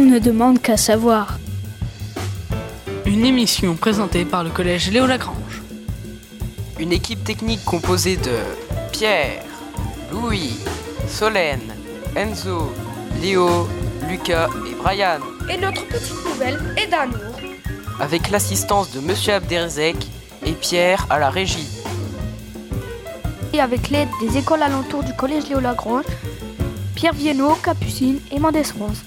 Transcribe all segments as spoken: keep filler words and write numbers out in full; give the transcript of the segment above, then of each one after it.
On ne demande qu'à savoir. Une émission présentée par le collège Léo Lagrange. Une équipe technique composée de Pierre, Louis, Solène, Enzo, Léo, Lucas et Brian. Et notre petite nouvelle est d'amour. Avec l'assistance de Monsieur Abderzek et Pierre à la régie. Et avec l'aide des écoles alentours du collège Léo Lagrange, Pierre Viennot, Capucine et Mendès France.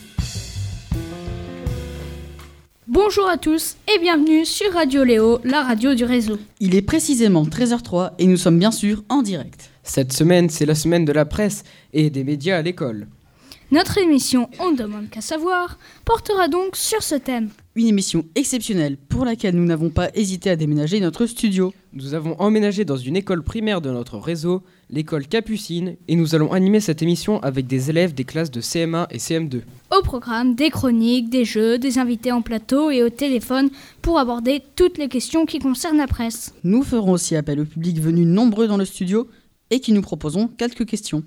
Bonjour à tous et bienvenue sur Radio Léo, la radio du réseau. Il est précisément treize heures zéro trois et nous sommes bien sûr en direct. Cette semaine, c'est la semaine de la presse et des médias à l'école. Notre émission On ne demande qu'à savoir portera donc sur ce thème. Une émission exceptionnelle pour laquelle nous n'avons pas hésité à déménager notre studio. Nous avons emménagé dans une école primaire de notre réseau, l'école Capucine, et nous allons animer cette émission avec des élèves des classes de C M un et C M deux. Au programme, des chroniques, des jeux, des invités en plateau et au téléphone pour aborder toutes les questions qui concernent la presse. Nous ferons aussi appel au public venu nombreux dans le studio et qui nous proposeront quelques questions.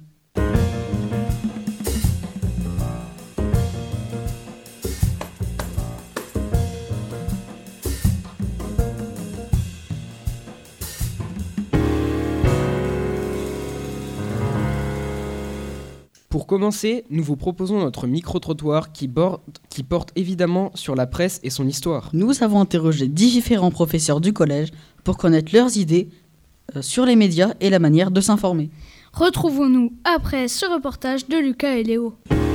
Pour commencer, nous vous proposons notre micro-trottoir qui, borde, qui porte évidemment sur la presse et son histoire. Nous avons interrogé différents professeurs du collège pour connaître leurs idées euh, sur les médias et la manière de s'informer. Retrouvons-nous après ce reportage de Lucas et Léo.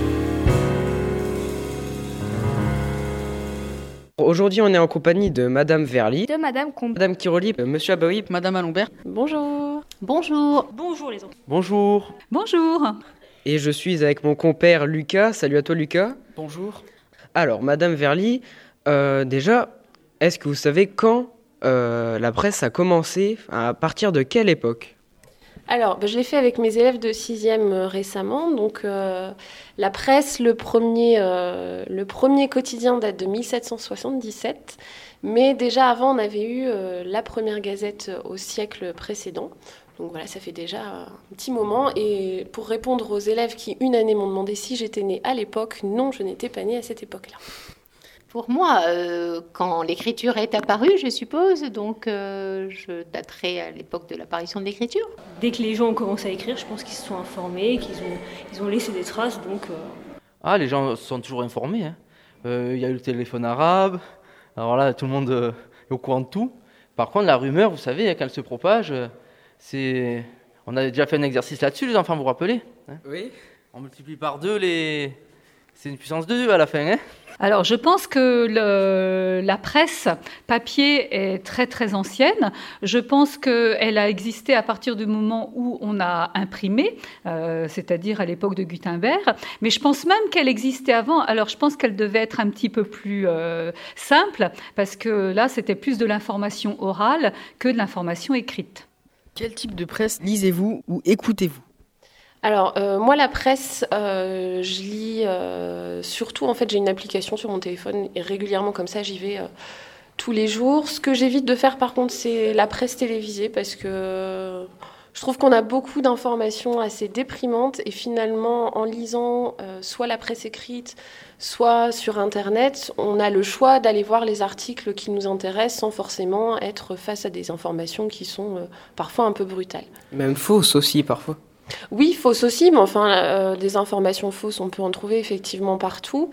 Aujourd'hui, on est en compagnie de Madame Verly, De Madame Combe. Madame Kiroli, euh, Monsieur Abaoui, Madame Alombert. Bonjour. Bonjour. Bonjour les autres. Bonjour. Bonjour. Et je suis avec mon compère Lucas. Salut à toi Lucas. Bonjour. Alors, Madame Verly, euh, déjà, est-ce que vous savez quand euh, la presse a commencé, à partir de quelle époque ? Alors, bah, je l'ai fait avec mes élèves de sixième euh, récemment. Donc, euh, la presse, le premier, euh, le premier quotidien date de mille sept cent soixante-dix-sept. Mais déjà avant, on avait eu euh, la première gazette au siècle précédent. Donc voilà, ça fait déjà un petit moment. Et pour répondre aux élèves qui, une année, m'ont demandé si j'étais née à l'époque, non, je n'étais pas née à cette époque-là. Pour moi, euh, quand l'écriture est apparue, je suppose, donc euh, je daterai à l'époque de l'apparition de l'écriture. Dès que les gens ont commencé à écrire, je pense qu'ils se sont informés, qu'ils ont, ils ont laissé des traces, donc... Euh... Ah, les gens sont toujours informés. Hein. Euh, y a eu le téléphone arabe, alors là, tout le monde euh, est au courant de tout. Par contre, la rumeur, vous savez, quand elle se propage, euh, c'est... On a déjà fait un exercice là-dessus, les enfants, vous vous rappelez hein. Oui. On multiplie par deux les... C'est une puissance de deux à la fin, hein. Alors, je pense que le, la presse papier est très, très ancienne. Je pense qu'elle a existé à partir du moment où on a imprimé, euh, c'est-à-dire à l'époque de Gutenberg. Mais je pense même qu'elle existait avant. Alors, je pense qu'elle devait être un petit peu plus euh, simple, parce que là, c'était plus de l'information orale que de l'information écrite. Quel type de presse lisez-vous ou écoutez-vous ? Alors, euh, moi, la presse, euh, je lis euh, surtout, en fait, j'ai une application sur mon téléphone et régulièrement, comme ça, j'y vais euh, tous les jours. Ce que j'évite de faire, par contre, c'est la presse télévisée parce que euh, je trouve qu'on a beaucoup d'informations assez déprimantes et finalement, en lisant euh, soit la presse écrite, soit sur Internet, on a le choix d'aller voir les articles qui nous intéressent sans forcément être face à des informations qui sont euh, parfois un peu brutales. Même fausses aussi, parfois. Oui, fausses aussi, mais enfin, euh, des informations fausses, on peut en trouver effectivement partout,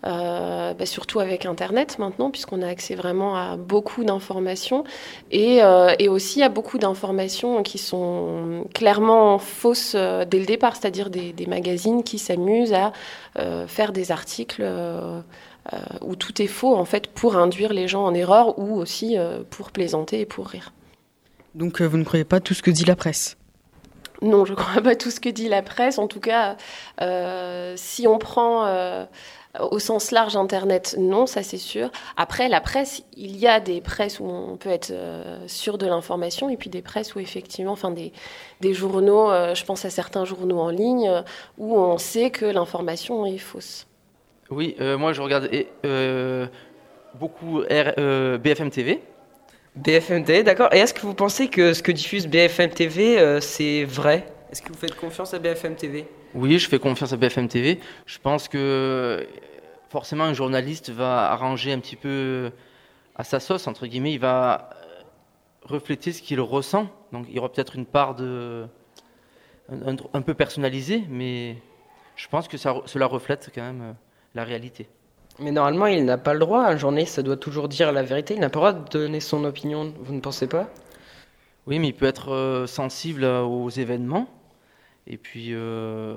euh, bah, surtout avec Internet maintenant, puisqu'on a accès vraiment à beaucoup d'informations, et, euh, et aussi à beaucoup d'informations qui sont clairement fausses euh, dès le départ, c'est-à-dire des, des magazines qui s'amusent à euh, faire des articles euh, euh, où tout est faux, en fait, pour induire les gens en erreur, ou aussi euh, pour plaisanter et pour rire. Donc euh, vous ne croyez pas tout ce que dit la presse ? Non, je ne crois pas tout ce que dit la presse. En tout cas, euh, si on prend euh, au sens large Internet, non, ça c'est sûr. Après, la presse, il y a des presses où on peut être euh, sûr de l'information et puis des presses où effectivement, enfin des, des journaux, euh, je pense à certains journaux en ligne, euh, où on sait que l'information est fausse. Oui, euh, moi je regarde euh, beaucoup R, euh, B F M T V. B F M T V, d'accord. Et est-ce que vous pensez que ce que diffuse B F M T V, euh, c'est vrai ? Est-ce que vous faites confiance à B F M T V ? Oui, je fais confiance à B F M T V. Je pense que forcément un journaliste va arranger un petit peu à sa sauce, entre guillemets, il va refléter ce qu'il ressent. Donc il y aura peut-être une part de un, un peu personnalisée, mais je pense que ça, cela reflète quand même euh, la réalité. Mais normalement, il n'a pas le droit, un journaliste, ça doit toujours dire la vérité, il n'a pas le droit de donner son opinion, vous ne pensez pas ? Oui, mais il peut être euh, sensible aux événements, et puis euh,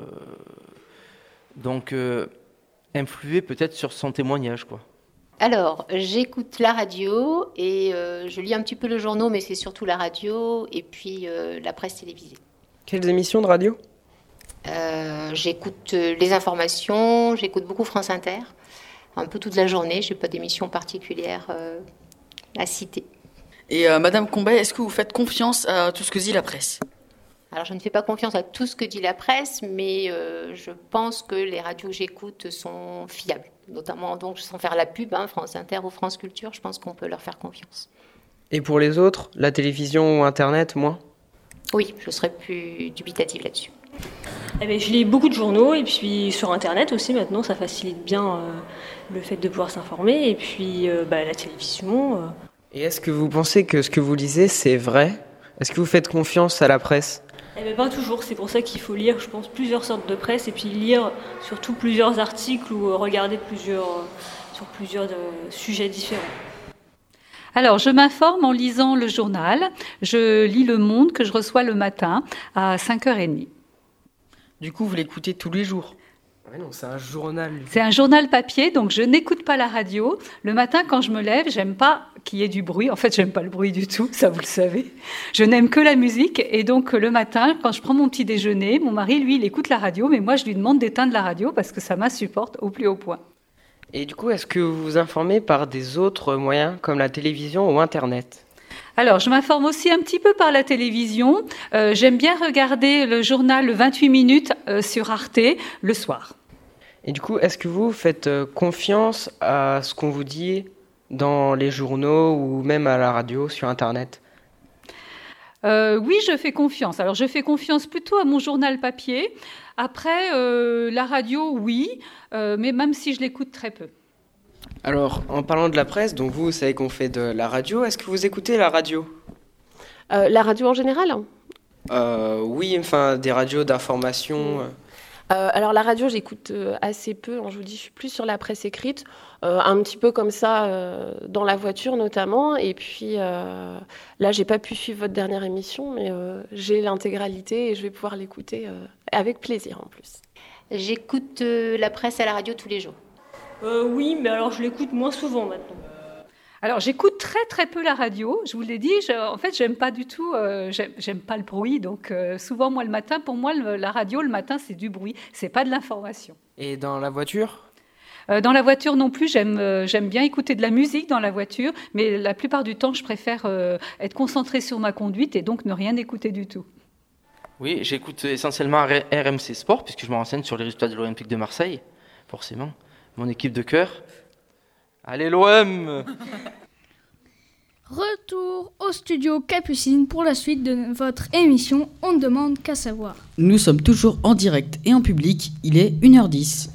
donc euh, influer peut-être sur son témoignage, quoi. Alors, j'écoute la radio et euh, je lis un petit peu le journal, mais c'est surtout la radio et puis euh, la presse télévisée. Quelles émissions de radio ? euh, J'écoute les informations, j'écoute beaucoup France Inter, un peu toute la journée, je n'ai pas d'émission particulière euh, à citer. Et euh, Madame Combet, est-ce que vous faites confiance à tout ce que dit la presse ? Alors, je ne fais pas confiance à tout ce que dit la presse, mais euh, je pense que les radios que j'écoute sont fiables. Notamment, donc, sans faire la pub, hein, France Inter ou France Culture, je pense qu'on peut leur faire confiance. Et pour les autres, la télévision ou Internet, moins ? Oui, je serais plus dubitative là-dessus. Eh bien, je lis beaucoup de journaux, et puis sur Internet aussi, maintenant, ça facilite bien euh, le fait de pouvoir s'informer, et puis euh, bah, la télévision. Euh... Et est-ce que vous pensez que ce que vous lisez, c'est vrai ? Est-ce que vous faites confiance à la presse ? Eh bien, pas toujours, c'est pour ça qu'il faut lire, je pense, plusieurs sortes de presse, et puis lire surtout plusieurs articles ou regarder plusieurs, sur plusieurs euh, sujets différents. Alors, je m'informe en lisant le journal. Je lis Le Monde que je reçois le matin à cinq heures trente. Du coup, vous l'écoutez tous les jours ? Ouais, non, c'est un journal. C'est un journal papier, donc je n'écoute pas la radio. Le matin, quand je me lève, j'aime pas qu'il y ait du bruit. En fait, j'aime pas le bruit du tout, ça vous le savez. Je n'aime que la musique. Et donc, le matin, quand je prends mon petit déjeuner, mon mari, lui, il écoute la radio, mais moi, je lui demande d'éteindre la radio parce que ça m'insupporte au plus haut point. Et du coup, est-ce que vous vous informez par des autres moyens, comme la télévision ou Internet ? Alors, je m'informe aussi un petit peu par la télévision. Euh, j'aime bien regarder le journal vingt-huit minutes euh, sur Arte le soir. Et du coup, est-ce que vous faites euh, confiance à ce qu'on vous dit dans les journaux ou même à la radio, sur Internet ? Euh, oui, je fais confiance. Alors, je fais confiance plutôt à mon journal papier. Après, euh, la radio, oui, euh, mais même si je l'écoute très peu. Alors, en parlant de la presse, donc vous, vous savez qu'on fait de la radio. Est-ce que vous écoutez la radio ? Euh, la radio en général hein euh, Oui, enfin, des radios d'information. euh, Alors, la radio, j'écoute euh, assez peu. Je vous dis, je suis plus sur la presse écrite, euh, un petit peu comme ça, euh, dans la voiture notamment. Et puis, euh, là, j'ai pas pu suivre votre dernière émission, mais euh, j'ai l'intégralité et je vais pouvoir l'écouter euh, avec plaisir en plus. J'écoute euh, la presse à la radio tous les jours. Euh, oui, mais alors je l'écoute moins souvent maintenant. Alors j'écoute très très peu la radio, je vous l'ai dit, je, en fait j'aime pas du tout, euh, j'aime, j'aime pas le bruit, donc euh, souvent moi le matin, pour moi le, la radio le matin c'est du bruit, c'est pas de l'information. Et dans la voiture ? euh, Dans la voiture non plus, j'aime, euh, j'aime bien écouter de la musique dans la voiture, mais la plupart du temps je préfère euh, être concentrée sur ma conduite et donc ne rien écouter du tout. Oui, j'écoute essentiellement R M C Sport, puisque je me renseigne sur les résultats de l'Olympique de Marseille, forcément. Mon équipe de cœur. Allez l'O M ! Retour au studio Capucine pour la suite de votre émission On ne demande qu'à savoir. Nous sommes toujours en direct et en public, il est une heure dix.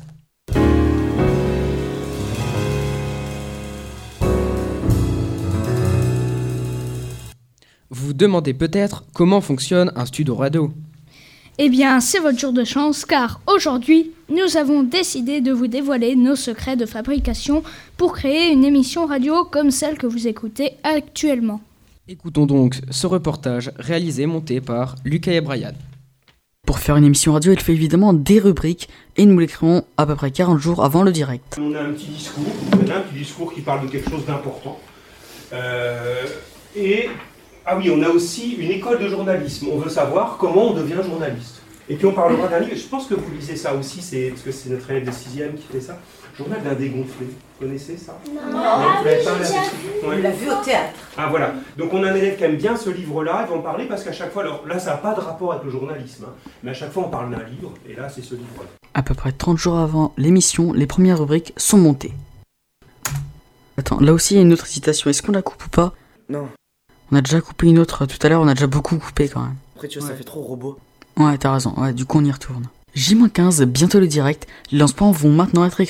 Vous vous demandez peut-être comment fonctionne un studio radio. Eh bien, c'est votre jour de chance car aujourd'hui, nous avons décidé de vous dévoiler nos secrets de fabrication pour créer une émission radio comme celle que vous écoutez actuellement. Écoutons donc ce reportage réalisé et monté par Lucas et Brian. Pour faire une émission radio, il faut évidemment des rubriques et nous les créons à peu près quarante jours avant le direct. On a un petit discours, on a un petit discours qui parle de quelque chose d'important. Euh, et... Ah oui, on a aussi une école de journalisme. On veut savoir comment on devient journaliste. Et puis on parlera d'un livre, je pense que vous lisez ça aussi, c'est, parce que c'est notre élève de sixième qui fait ça. Journal d'un dégonflé. Vous connaissez ça ? Non, ah, vous l'avez pas, oui, ouais. On l'a vu au théâtre. Ah voilà, donc on a un élève qui aime bien ce livre-là, il va en parler parce qu'à chaque fois, alors là ça n'a pas de rapport avec le journalisme, hein, mais à chaque fois on parle d'un livre, et là c'est ce livre-là. À peu près trente jours avant l'émission, les premières rubriques sont montées. Attends, là aussi il y a une autre citation, est-ce qu'on la coupe ou pas ? Non. On a déjà coupé une autre tout à l'heure, on a déjà beaucoup coupé quand même. Après tu vois, ouais. Ça fait trop robot. Ouais, t'as raison, ouais, du coup on y retourne. J quinze, bientôt le direct, les lancements vont maintenant être écrits.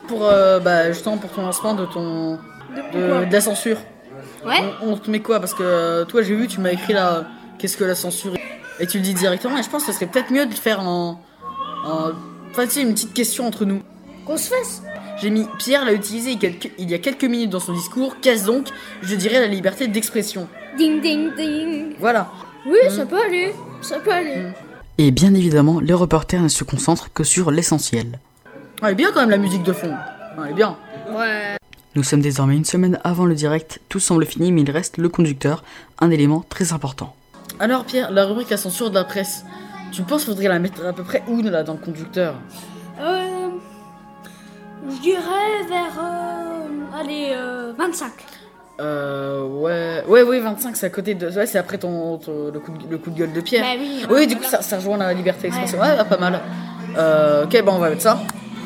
Pour, euh, bah, justement, pour ton lancement de ton... De, de, de la censure. Ouais. On, on te met quoi? Parce que euh, toi, j'ai vu, tu m'as écrit là, qu'est-ce que la censure? Et tu le dis directement, et je pense que ce serait peut-être mieux de le faire en... en... Enfin, tu sais, une petite question entre nous. Qu'on se fasse. J'ai mis, Pierre l'a utilisé il y a quelques minutes dans son discours, qu'est-ce donc? Je dirais la liberté d'expression. Ding ding ding. Voilà. Oui, mmh. ça peut aller, ça peut aller. Mmh. Et bien évidemment, les reporters ne se concentrent que sur l'essentiel. Ah, elle est bien quand même la musique de fond. Ah, elle est bien. Ouais. Nous sommes désormais une semaine avant le direct, tout semble fini, mais il reste le conducteur, un élément très important. Alors Pierre, la rubrique la censure de la presse, tu penses qu'il faudrait la mettre à peu près où là dans le conducteur? Euh... Je dirais vers... Euh, allez, euh, vingt-cinq. Euh... Ouais... Ouais, oui, vingt-cinq, c'est à côté de... Ouais, c'est après ton, ton le, coup de, le coup de gueule de Pierre. Bah oui, oui, ouais, du voilà. coup, ça, ça rejoint la liberté d'expression. Ouais, ouais, pas mal. Euh... Ok, bon, on va mettre ça.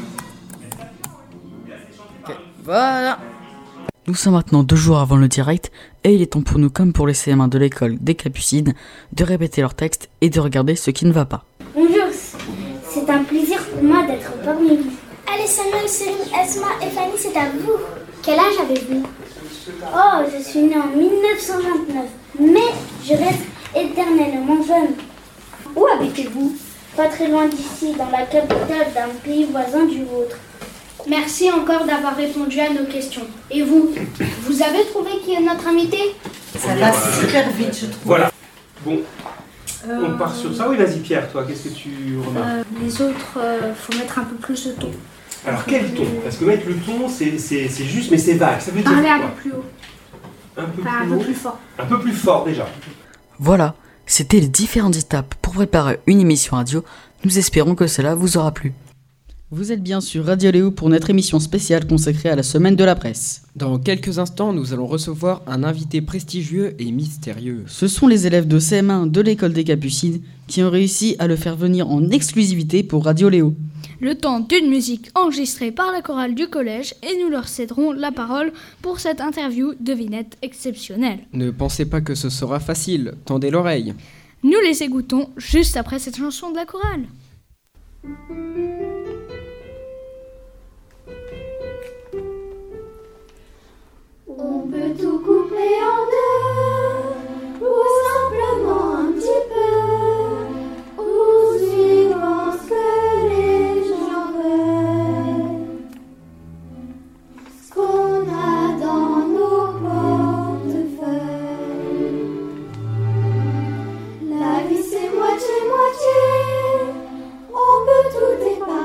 Ok, voilà. Nous sommes maintenant deux jours avant le direct, et il est temps pour nous, comme pour les C M un de l'école des Capucines, de répéter leur texte et de regarder ce qui ne va pas. Bonjour, c'est un plaisir pour moi d'être parmi vous. Allez Samuel, Céline, Esma et Fanny, c'est à vous. Quel âge avez-vous? Oh, je suis née en mille neuf cent vingt-neuf, mais je reste éternellement jeune. Où habitez-vous? Pas très loin d'ici, dans la capitale d'un pays voisin du vôtre. Merci encore d'avoir répondu à nos questions. Et vous, vous avez trouvé qui est notre invité? Ça passe super vite, je trouve. Voilà. Bon, euh... on part sur ça. Oui, vas-y Pierre, toi, qu'est-ce que tu remarques? euh, Les autres, euh, faut mettre un peu plus de ton. Alors quel ton? Parce que mettre le ton, c'est, c'est, c'est juste, mais c'est vague. Ça veut dire Parlez quoi? un peu plus haut. Un peu enfin, plus un peu haut. plus fort. Un peu plus fort déjà. Voilà, c'était les différentes étapes pour préparer une émission radio. Nous espérons que cela vous aura plu. Vous êtes bien sur Radio Léo pour notre émission spéciale consacrée à la semaine de la presse. Dans quelques instants, nous allons recevoir un invité prestigieux et mystérieux. Ce sont les élèves de C M un de l'école des Capucines qui ont réussi à le faire venir en exclusivité pour Radio Léo. Le temps d'une musique enregistrée par la chorale du collège et nous leur céderons la parole pour cette interview devinette exceptionnelle. Ne pensez pas que ce sera facile, tendez l'oreille. Nous les écoutons juste après cette chanson de la chorale. On peut tout couper en deux, ou simplement un petit peu, ou suivant ce que les gens veulent. Ce qu'on a dans nos portefeuilles. La vie c'est moitié-moitié, on peut tout épargner.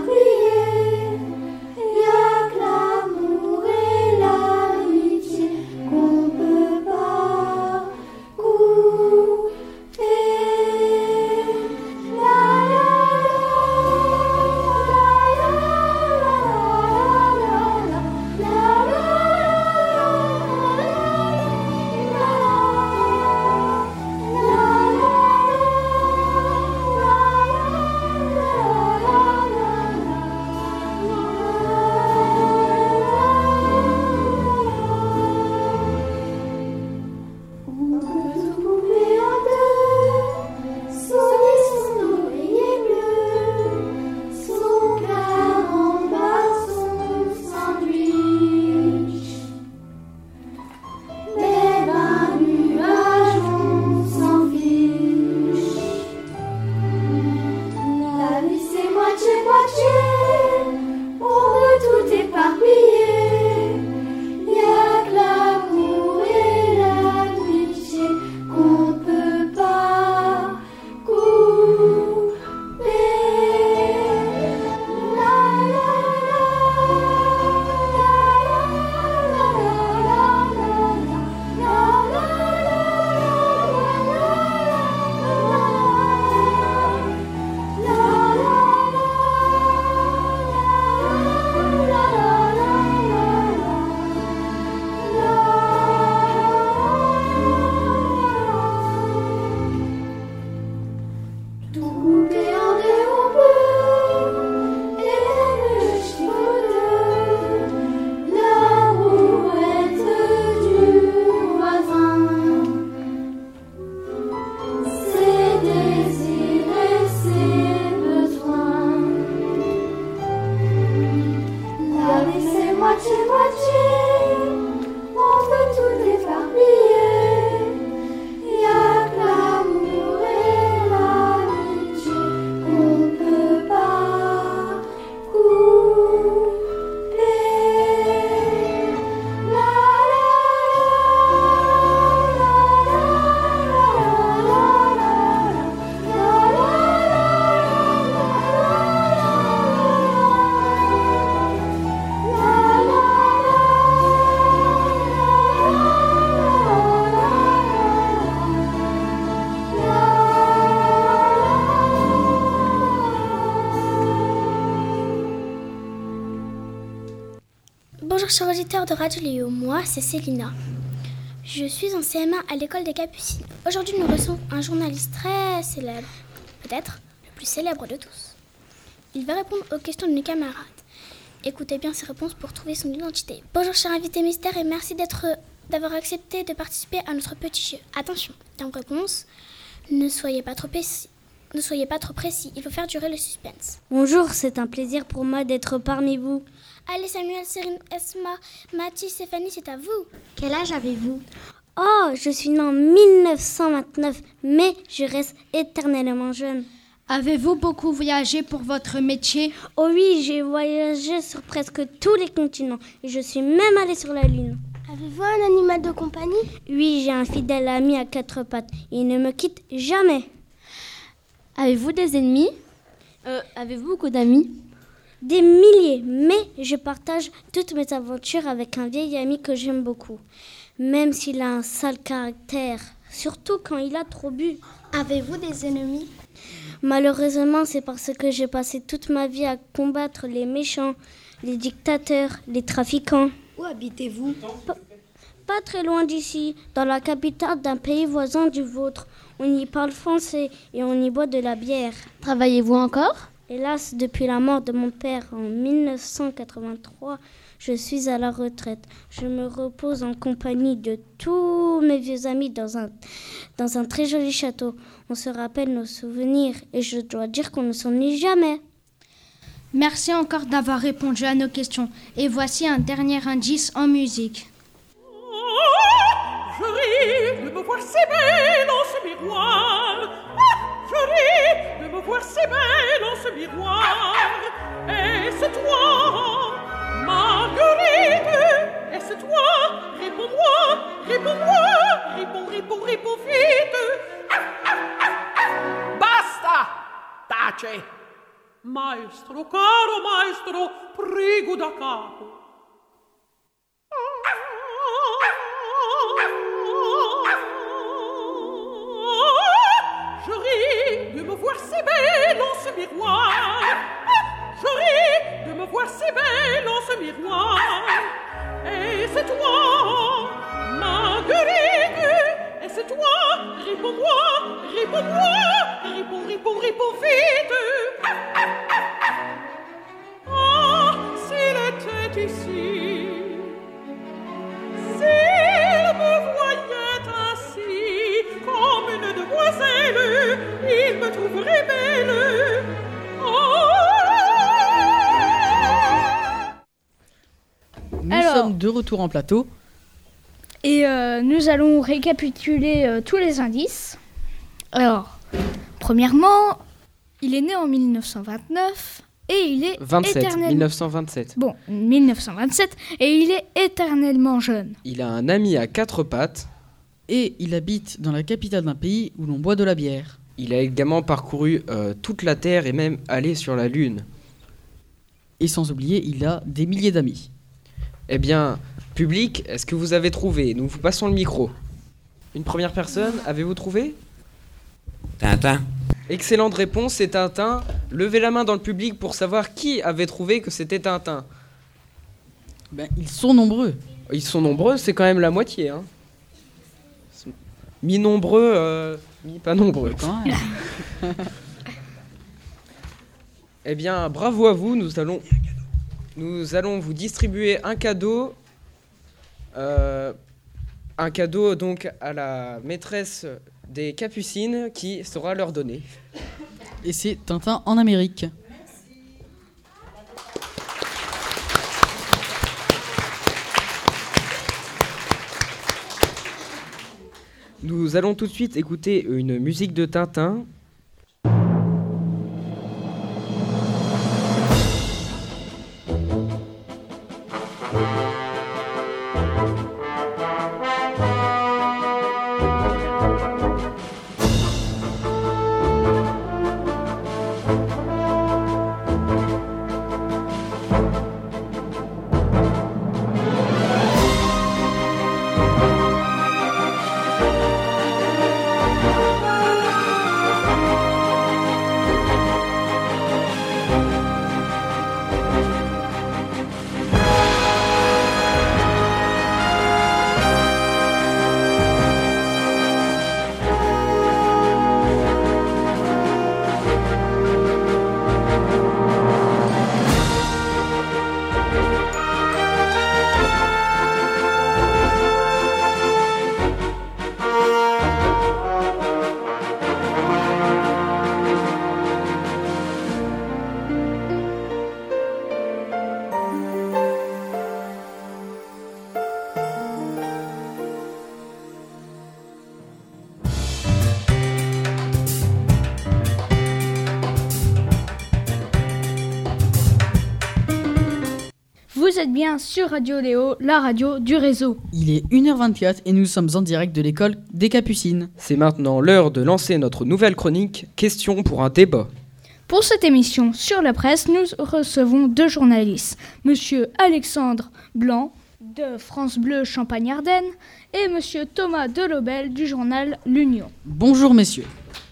Bonjour chers auditeurs de Radio Léo, moi c'est Célina. Je suis en C M un à l'école des Capucines. Aujourd'hui nous recevons un journaliste très célèbre, peut-être le plus célèbre de tous. Il va répondre aux questions de mes camarades. Écoutez bien ses réponses pour trouver son identité. Bonjour cher invité mystère et merci d'être, d'avoir accepté de participer à notre petit jeu. Attention, dans vos réponses, ne soyez pas trop précis. Ne soyez pas trop précis, il faut faire durer le suspense. Bonjour, c'est un plaisir pour moi d'être parmi vous. Allez Samuel, Céline, Esma, Mathis et Fanny, c'est à vous. Quel âge avez-vous ? Oh, je suis née en dix-neuf cent vingt-neuf, mais je reste éternellement jeune. Avez-vous beaucoup voyagé pour votre métier ? Oh oui, j'ai voyagé sur presque tous les continents et je suis même allée sur la Lune. Avez-vous un animal de compagnie ? Oui, j'ai un fidèle ami à quatre pattes. Il ne me quitte jamais. Avez-vous des ennemis ? euh, Avez-vous beaucoup d'amis ? Des milliers, mais je partage toutes mes aventures avec un vieil ami que j'aime beaucoup. Même s'il a un sale caractère, surtout quand il a trop bu. Avez-vous des ennemis ? Malheureusement, c'est parce que j'ai passé toute ma vie à combattre les méchants, les dictateurs, les trafiquants. Où habitez-vous ? Pas, pas très loin d'ici, dans la capitale d'un pays voisin du vôtre. On y parle français et on y boit de la bière. Travaillez-vous encore ? Hélas, depuis la mort de mon père en dix-neuf cent quatre-vingt-trois, je suis à la retraite. Je me repose en compagnie de tous mes vieux amis dans un, dans un très joli château. On se rappelle nos souvenirs et je dois dire qu'on ne s'ennuie jamais. Merci encore d'avoir répondu à nos questions. Et voici un dernier indice en musique. Je ris de me voir si belle dans ce miroir. Je ris de me voir si belle dans ce miroir. Est-ce toi, Marguerite? Est-ce toi? Réponds-moi, réponds-moi, réponds, réponds, réponds vite. Basta! Tace! Maestro, caro maestro, prego da capo. Je ris de me voir si belle dans ce miroir. Je ris de me voir si belle dans ce miroir. Et c'est toi, Marguerite. Et c'est toi, réponds-moi, réponds-moi, réponds, réponds, réponds vite. Ah, s'il était ici, s'il me voyait ainsi, comme une demoiselle, il me trouverait belle. Oh. Nous Alors, sommes de retour en plateau. Et euh, nous allons récapituler euh, tous les indices. Alors, premièrement, il est né en dix-neuf cent vingt-neuf et il est vingt-sept, éternellement... dix-neuf cent vingt-sept. Bon, dix-neuf cent vingt-sept et il est éternellement jeune. Il a un ami à quatre pattes. Et il habite dans la capitale d'un pays où l'on boit de la bière. Il a également parcouru euh, toute la Terre et même allé sur la Lune. Et sans oublier, il a des milliers d'amis. Eh bien, public, est-ce que vous avez trouvé? Nous vous passons le micro. Une première personne, avez-vous trouvé? Tintin. Excellente réponse, c'est Tintin. Levez la main dans le public pour savoir qui avait trouvé que c'était Tintin. Ben, ils sont nombreux. Ils sont nombreux, c'est quand même la moitié. Hein. Mi-nombreux, euh, mi-pas nombreux. Quand même. Eh bien, bravo à vous, nous allons... Nous allons vous distribuer un cadeau, euh, un cadeau donc à la maîtresse des Capucines qui saura leur donner. Et c'est Tintin en Amérique. Nous allons tout de suite écouter une musique de Tintin. Vous êtes bien sur Radio Léo, la radio du réseau. Il est une heure vingt-quatre et nous sommes en direct de l'école des Capucines. C'est maintenant l'heure de lancer notre nouvelle chronique, Question pour un débat. Pour cette émission sur la presse, nous recevons deux journalistes, Monsieur Alexandre Blanc de France Bleu Champagne-Ardenne et Monsieur Thomas Delobel du journal L'Union. Bonjour messieurs.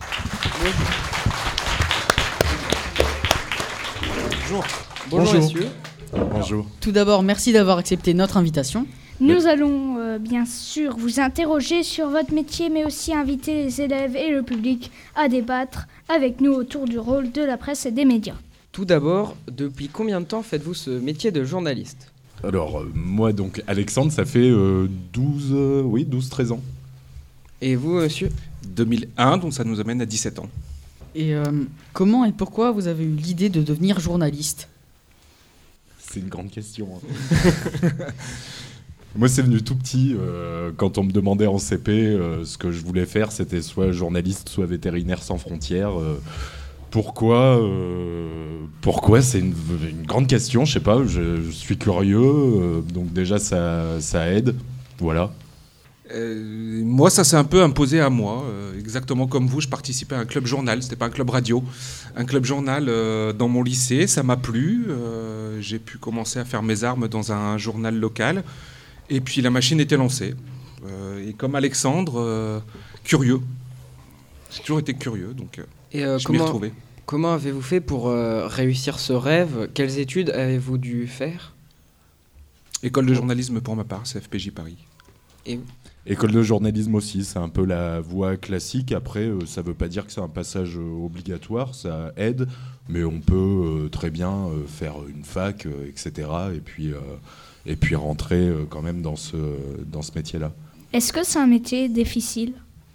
Bonjour. Bonjour, Bonjour messieurs. Bonjour. Tout d'abord, merci d'avoir accepté notre invitation. Nous allons euh, bien sûr vous interroger sur votre métier, mais aussi inviter les élèves et le public à débattre avec nous autour du rôle de la presse et des médias. Tout d'abord, depuis combien de temps faites-vous ce métier de journaliste ? Alors, euh, moi, donc, Alexandre, ça fait euh, douze, euh, oui, douze treize ans. Et vous, monsieur ? deux mille un, donc ça nous amène à dix-sept ans. Et euh, comment et pourquoi vous avez eu l'idée de devenir journaliste ? C'est une grande question. Hein. Moi, c'est venu tout petit. Euh, quand on me demandait en C P euh, ce que je voulais faire, c'était soit journaliste, soit vétérinaire sans frontières. Euh, pourquoi euh, Pourquoi C'est une, une grande question. Je sais pas. Je, je suis curieux. Euh, donc déjà, ça, ça aide. Voilà. Euh, moi, ça s'est un peu imposé à moi. Euh, exactement comme vous, je participais à un club journal. C'était pas un club radio, un club journal euh, dans mon lycée. Ça m'a plu. Euh, j'ai pu commencer à faire mes armes dans un journal local. Et puis la machine était lancée. Euh, et comme Alexandre, euh, curieux. J'ai toujours été curieux, donc euh, et euh, je comment, m'y retrouvais. Comment avez-vous fait pour euh, réussir ce rêve ? Quelles études avez-vous dû faire ? École de journalisme pour ma part, C F P J Paris. Et École de journalisme aussi, c'est un peu la voie classique. Après, euh, ça ne veut pas dire que c'est un passage euh, obligatoire, ça aide, mais on peut euh, très bien euh, faire une fac, euh, et cetera. Et puis, euh, et puis rentrer euh, quand même dans ce, dans ce métier-là. Est-ce que c'est un métier difficile ?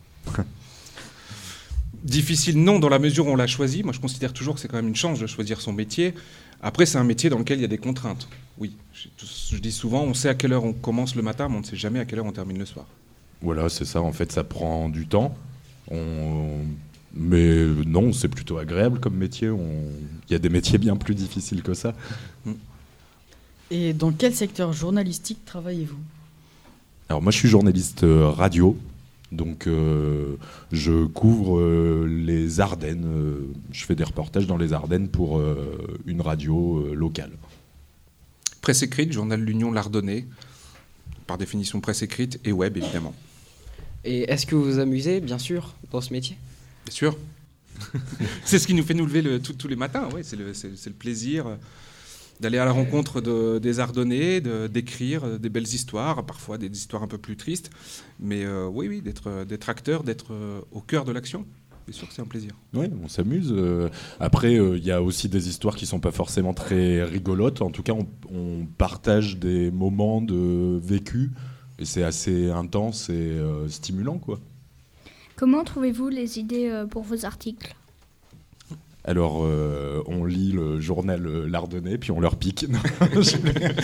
Difficile, non, dans la mesure où on l'a choisi. Moi, je considère toujours que c'est quand même une chance de choisir son métier. Après, c'est un métier dans lequel il y a des contraintes. Oui, je, je dis souvent, on sait à quelle heure on commence le matin, mais on ne sait jamais à quelle heure on termine le soir. Voilà, c'est ça. En fait, ça prend du temps. On... Mais non, c'est plutôt agréable comme métier. On... Il y a des métiers bien plus difficiles que ça. Et dans quel secteur journalistique travaillez-vous ? Alors moi, je suis journaliste radio. Donc, euh, je couvre euh, les Ardennes. Euh, je fais des reportages dans les Ardennes pour euh, une radio euh, locale. Presse écrite, journal L'Union l'Ardennais, par définition presse écrite, et web, évidemment. Et est-ce que vous vous amusez, bien sûr, dans ce métier ? Bien sûr. C'est ce qui nous fait nous lever le, tout, tous les matins. Ouais, c'est, le, c'est, c'est le plaisir d'aller à la rencontre de, des Ardennais, de, d'écrire des belles histoires, parfois des histoires un peu plus tristes. Mais euh, oui, oui, d'être, d'être acteur, d'être euh, au cœur de l'action. C'est sûr que c'est un plaisir. Oui, on s'amuse. Euh, après, il euh, y a aussi des histoires qui ne sont pas forcément très rigolotes. En tout cas, on, on partage des moments de vécu et c'est assez intense et euh, stimulant, quoi. Comment trouvez-vous les idées euh, pour vos articles ? Alors, euh, on lit le journal euh, L'Ardennais, puis on leur pique. Non, je,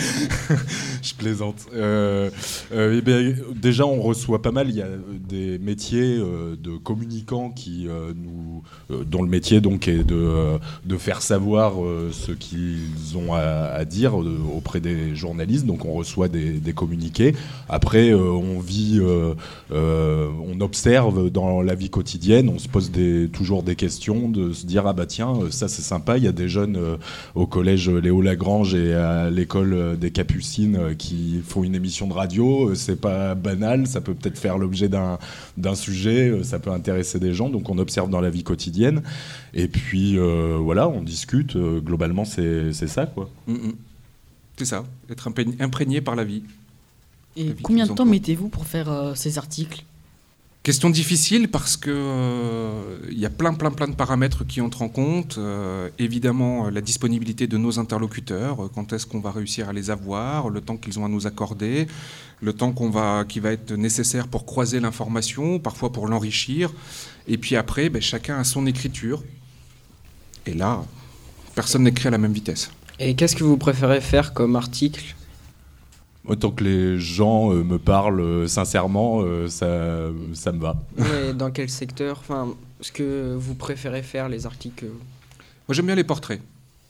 je plaisante. Euh, euh, eh bien, déjà, on reçoit pas mal. Il y a des métiers euh, de communicants qui, euh, nous, euh, dont le métier donc, est de, euh, de faire savoir euh, ce qu'ils ont à, à dire euh, auprès des journalistes. Donc, on reçoit des, des communiqués. Après, euh, on vit, euh, euh, on observe dans la vie quotidienne. On se pose des, toujours des questions, de se dire ah bah tiens, ça c'est sympa, il y a des jeunes euh, au collège Léo Lagrange et à l'école des Capucines euh, qui font une émission de radio, euh, c'est pas banal, ça peut peut-être faire l'objet d'un, d'un sujet, euh, ça peut intéresser des gens, donc on observe dans la vie quotidienne, et puis euh, voilà, on discute, euh, globalement c'est, c'est ça quoi. Mmh, c'est ça, être imprégné par la vie. Et la vie combien de temps mettez-vous pour faire euh, ces articles ? Question difficile parce que euh, y a plein, plein, plein de paramètres qui entrent en compte. Euh, évidemment, la disponibilité de nos interlocuteurs, quand est-ce qu'on va réussir à les avoir, le temps qu'ils ont à nous accorder, le temps qu'on va, qui va être nécessaire pour croiser l'information, parfois pour l'enrichir. Et puis après, ben, chacun a son écriture. Et là, personne n'écrit à la même vitesse. Et qu'est-ce que vous préférez faire comme article ? Autant que les gens euh, me parlent euh, sincèrement, euh, ça, ça me va. Mais dans quel secteur ? Enfin, est-ce que vous préférez faire les articles ? Moi, j'aime bien les portraits.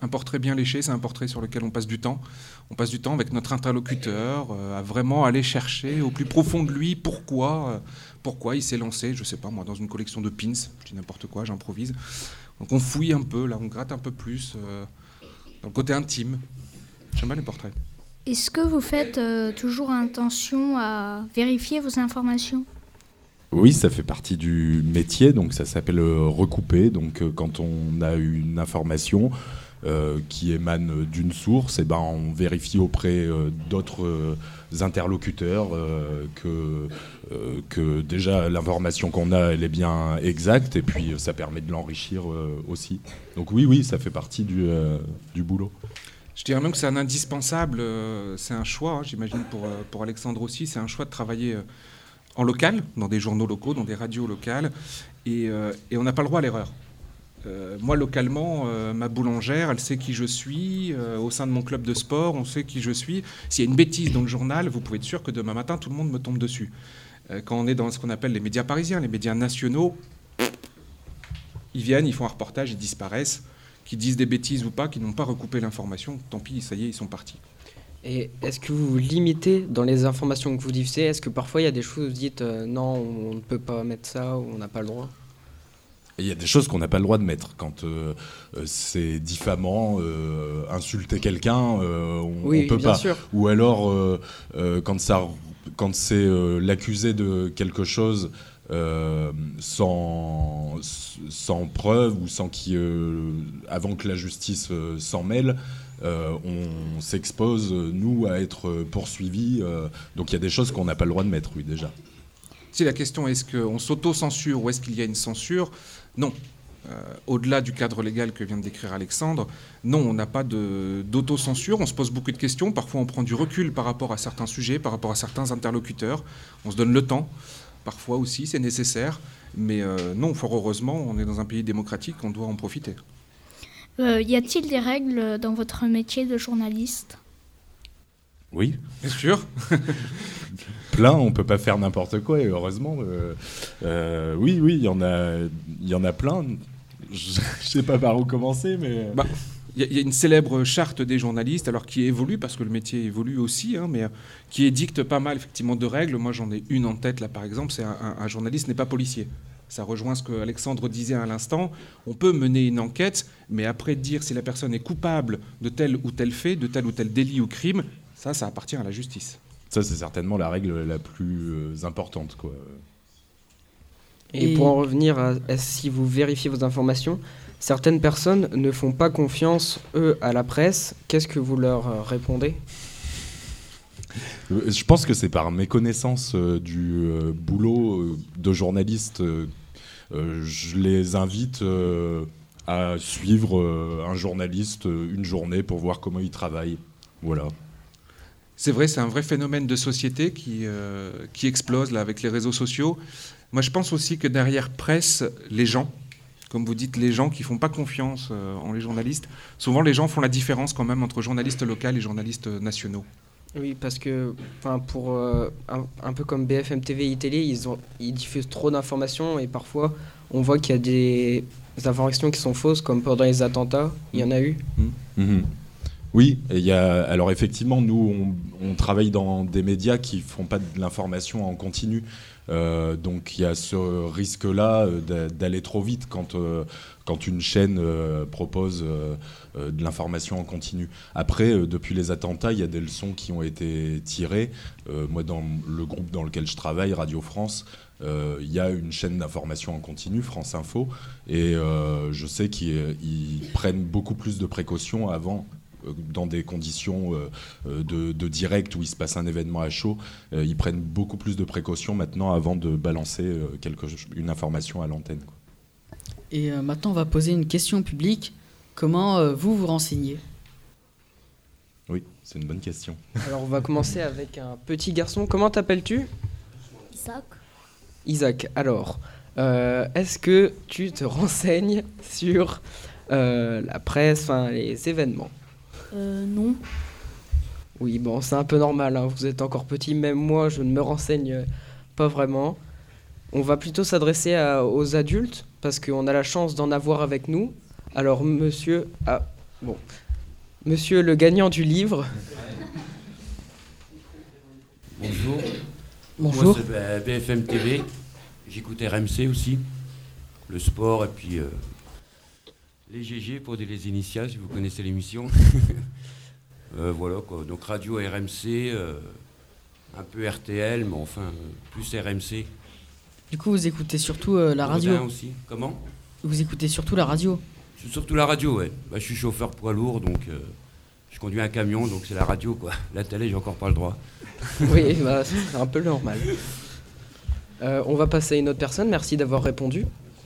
Un portrait bien léché, c'est un portrait sur lequel on passe du temps. On passe du temps avec notre interlocuteur euh, à vraiment aller chercher au plus profond de lui pourquoi, euh, pourquoi il s'est lancé, je ne sais pas moi, dans une collection de pins, je dis n'importe quoi, j'improvise. Donc on fouille un peu, là, on gratte un peu plus euh, dans le côté intime. J'aime bien les portraits. Est-ce que vous faites euh, toujours attention à vérifier vos informations ? Oui, ça fait partie du métier, donc ça s'appelle euh, recouper. Donc euh, quand on a une information euh, qui émane d'une source, eh ben, on vérifie auprès euh, d'autres euh, interlocuteurs euh, que, euh, que déjà l'information qu'on a, elle est bien exacte, et puis euh, ça permet de l'enrichir euh, aussi. Donc oui, oui, ça fait partie du, euh, du boulot. Je dirais même que c'est un indispensable, euh, c'est un choix, hein, j'imagine pour, euh, pour Alexandre aussi, c'est un choix de travailler euh, en local, dans des journaux locaux, dans des radios locales, et, euh, et on n'a pas le droit à l'erreur. Euh, moi, localement, euh, ma boulangère, elle sait qui je suis, euh, au sein de mon club de sport, on sait qui je suis. S'il y a une bêtise dans le journal, vous pouvez être sûr que demain matin, tout le monde me tombe dessus. Euh, quand on est dans ce qu'on appelle les médias parisiens, les médias nationaux, ils viennent, ils font un reportage, ils disparaissent, qu'ils disent des bêtises ou pas, qu'ils n'ont pas recoupé l'information, tant pis, ça y est, ils sont partis. Et est-ce que vous vous limitez dans les informations que vous diffusez ? Est-ce que parfois il y a des choses où vous dites euh, non, on ne peut pas mettre ça ou on n'a pas le droit ? Il y a des choses qu'on n'a pas le droit de mettre. Quand euh, c'est diffamant, euh, insulter quelqu'un, euh, on oui, ne peut bien pas. Sûr. Ou alors, euh, euh, quand, ça, quand c'est euh, l'accusé de quelque chose euh, sans, sans preuve ou sans qu'il, euh, avant que la justice euh, s'en mêle, Euh, on s'expose, nous, à être poursuivis. Euh, donc il y a des choses qu'on n'a pas le droit de mettre, oui, déjà. Si la question est est-ce qu'on s'auto-censure ou est-ce qu'il y a une censure ? Non. Euh, au-delà du cadre légal que vient de décrire Alexandre, non, on n'a pas de, d'auto-censure. On se pose beaucoup de questions. Parfois, on prend du recul par rapport à certains sujets, par rapport à certains interlocuteurs. On se donne le temps. Parfois aussi, c'est nécessaire. Mais euh, non, fort heureusement, on est dans un pays démocratique, on doit en profiter. Euh, y a-t-il des règles dans votre métier de journaliste ? Oui. Bien sûr. Plein, on ne peut pas faire n'importe quoi, et heureusement. Euh, euh, oui, oui, il y en a, il y en a plein. Je ne sais pas par où commencer, mais... Bah, il y, y a une célèbre charte des journalistes, alors qui évolue, parce que le métier évolue aussi, hein, mais euh, qui édicte pas mal, effectivement, de règles. Moi, j'en ai une en tête, là, par exemple, c'est un, un, un journaliste n'est pas policier. Ça rejoint ce que Alexandre disait à l'instant. On peut mener une enquête, mais après dire si la personne est coupable de tel ou tel fait, de tel ou tel délit ou crime, ça, ça appartient à la justice. Ça, c'est certainement la règle la plus euh, importante, quoi. Et, Et pour en revenir à, à si vous vérifiez vos informations, certaines personnes ne font pas confiance, eux, à la presse. Qu'est-ce que vous leur euh, répondez ? Je pense que c'est par méconnaissance euh, du euh, boulot euh, de journaliste. Euh, euh, je les invite euh, à suivre euh, un journaliste euh, une journée pour voir comment il travaille. Voilà. C'est vrai, c'est un vrai phénomène de société qui, euh, qui explose là, avec les réseaux sociaux. Moi, je pense aussi que derrière presse, les gens, comme vous dites, les gens qui ne font pas confiance euh, en les journalistes, souvent les gens font la différence quand même entre journalistes locaux et journalistes nationaux. Oui, parce que pour euh, un, un peu comme B F M T V, iTélé, ils, ont, ils diffusent trop d'informations et parfois on voit qu'il y a des informations qui sont fausses, comme pendant les attentats, il y en a eu. Mmh. Mmh. Oui, et y a, alors effectivement, nous, on, on travaille dans des médias qui ne font pas de l'information en continu. Euh, donc il y a ce risque-là euh, d'aller trop vite quand, euh, quand une chaîne euh, propose euh, euh, de l'information en continu. Après, euh, depuis les attentats, il y a des leçons qui ont été tirées. Euh, moi, dans le groupe dans lequel je travaille, Radio France, euh, il y a une chaîne d'information en continu, France Info, et euh, je sais qu'ils prennent beaucoup plus de précautions avant, dans des conditions euh, de, de direct où il se passe un événement à chaud, euh, ils prennent beaucoup plus de précautions maintenant avant de balancer euh, quelque, une information à l'antenne, quoi. Et euh, maintenant, on va poser une question publique. Comment euh, vous vous renseignez ? Oui, c'est une bonne question. Alors, on va commencer avec un petit garçon. Comment t'appelles-tu ? Isaac. Isaac, alors, euh, est-ce que tu te renseignes sur euh, la presse, enfin, les événements ? Euh, non. Oui, bon, c'est un peu normal, hein. Vous êtes encore petit, même moi, je ne me renseigne pas vraiment. On va plutôt s'adresser à, aux adultes, parce qu'on a la chance d'en avoir avec nous. Alors, monsieur... Ah, Bon. Monsieur le gagnant du livre. Bonjour. Bonjour. Moi, c'est B F M T V. J'écoute R M C aussi. Le sport et puis euh, les G G pour les initiales, si vous connaissez l'émission. euh, voilà quoi. Donc radio R M C, euh, un peu R T L, mais enfin euh, plus R M C. Du coup, vous écoutez surtout euh, la radio. Rodin aussi. Comment ? Vous écoutez surtout la radio. Surtout la radio, ouais. Bah, je suis chauffeur poids lourd, donc euh, je conduis un camion, donc c'est la radio, quoi. La télé, j'ai encore pas le droit. Oui, bah, c'est un peu normal. Euh, on va passer à une autre personne. Merci d'avoir répondu.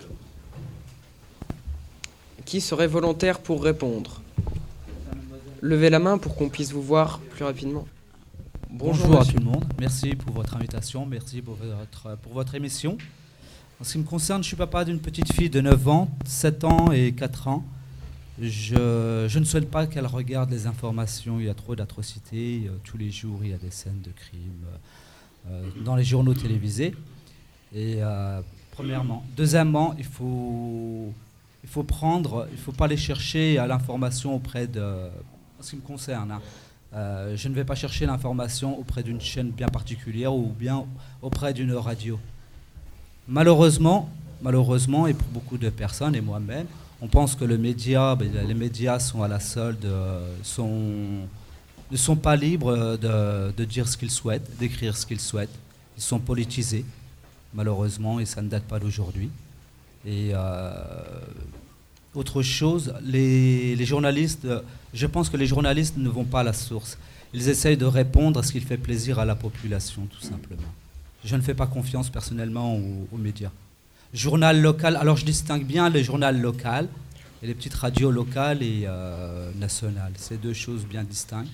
Qui serait volontaire pour répondre ? Levez la main pour qu'on puisse vous voir plus rapidement. Bonjour, Bonjour à tout le monde. Merci pour votre invitation. Merci pour votre, pour votre émission. En ce qui me concerne, je suis papa d'une petite fille de neuf ans, sept ans et quatre ans. Je, je ne souhaite pas qu'elle regarde les informations. Il y a trop d'atrocités. Euh, tous les jours, il y a des scènes de crimes euh, dans les journaux télévisés. Et euh, premièrement. Deuxièmement, il faut, il faut prendre, il ne faut pas aller chercher à l'information auprès de... En ce qui me concerne, hein, euh, je ne vais pas chercher l'information auprès d'une chaîne bien particulière ou bien auprès d'une radio. Malheureusement, malheureusement, et pour beaucoup de personnes, et moi-même, on pense que le média, ben, les médias sont à la solde, sont, ne sont pas libres de, de dire ce qu'ils souhaitent, d'écrire ce qu'ils souhaitent. Ils sont politisés, malheureusement, et ça ne date pas d'aujourd'hui. Et euh, autre chose, les, les journalistes, je pense que les journalistes ne vont pas à la source. Ils essayent de répondre à ce qui fait plaisir à la population, tout simplement. Je ne fais pas confiance personnellement aux, aux médias. Journal local, alors je distingue bien le journal local et les petites radios locales et euh, nationales. C'est deux choses bien distinctes.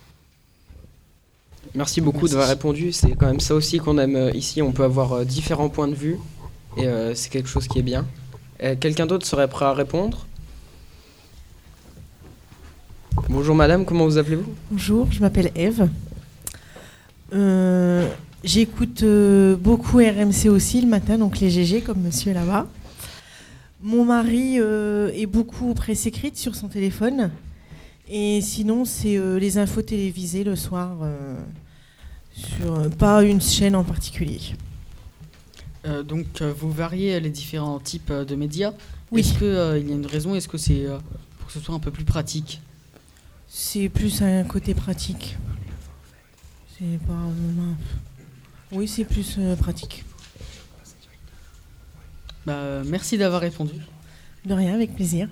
Merci beaucoup Merci. d'avoir répondu. C'est quand même ça aussi qu'on aime euh, ici. On peut avoir euh, différents points de vue et euh, c'est quelque chose qui est bien. Euh, quelqu'un d'autre serait prêt à répondre ? Bonjour madame, comment vous appelez-vous ? Bonjour, je m'appelle Eve. Euh... J'écoute euh, beaucoup R M C aussi le matin, donc les G G comme monsieur là-bas. Mon mari euh, est beaucoup presse écrite sur son téléphone. Et sinon, c'est euh, les infos télévisées le soir, euh, sur euh, pas une chaîne en particulier. Euh, donc, euh, vous variez les différents types euh, de médias. Oui. Est-ce qu'il euh, y a une raison ? Est-ce que c'est euh, pour que ce soit un peu plus pratique ? C'est plus un côté pratique. C'est pas... Euh, Oui, c'est plus euh, pratique. Bah, merci d'avoir répondu. De rien, avec plaisir.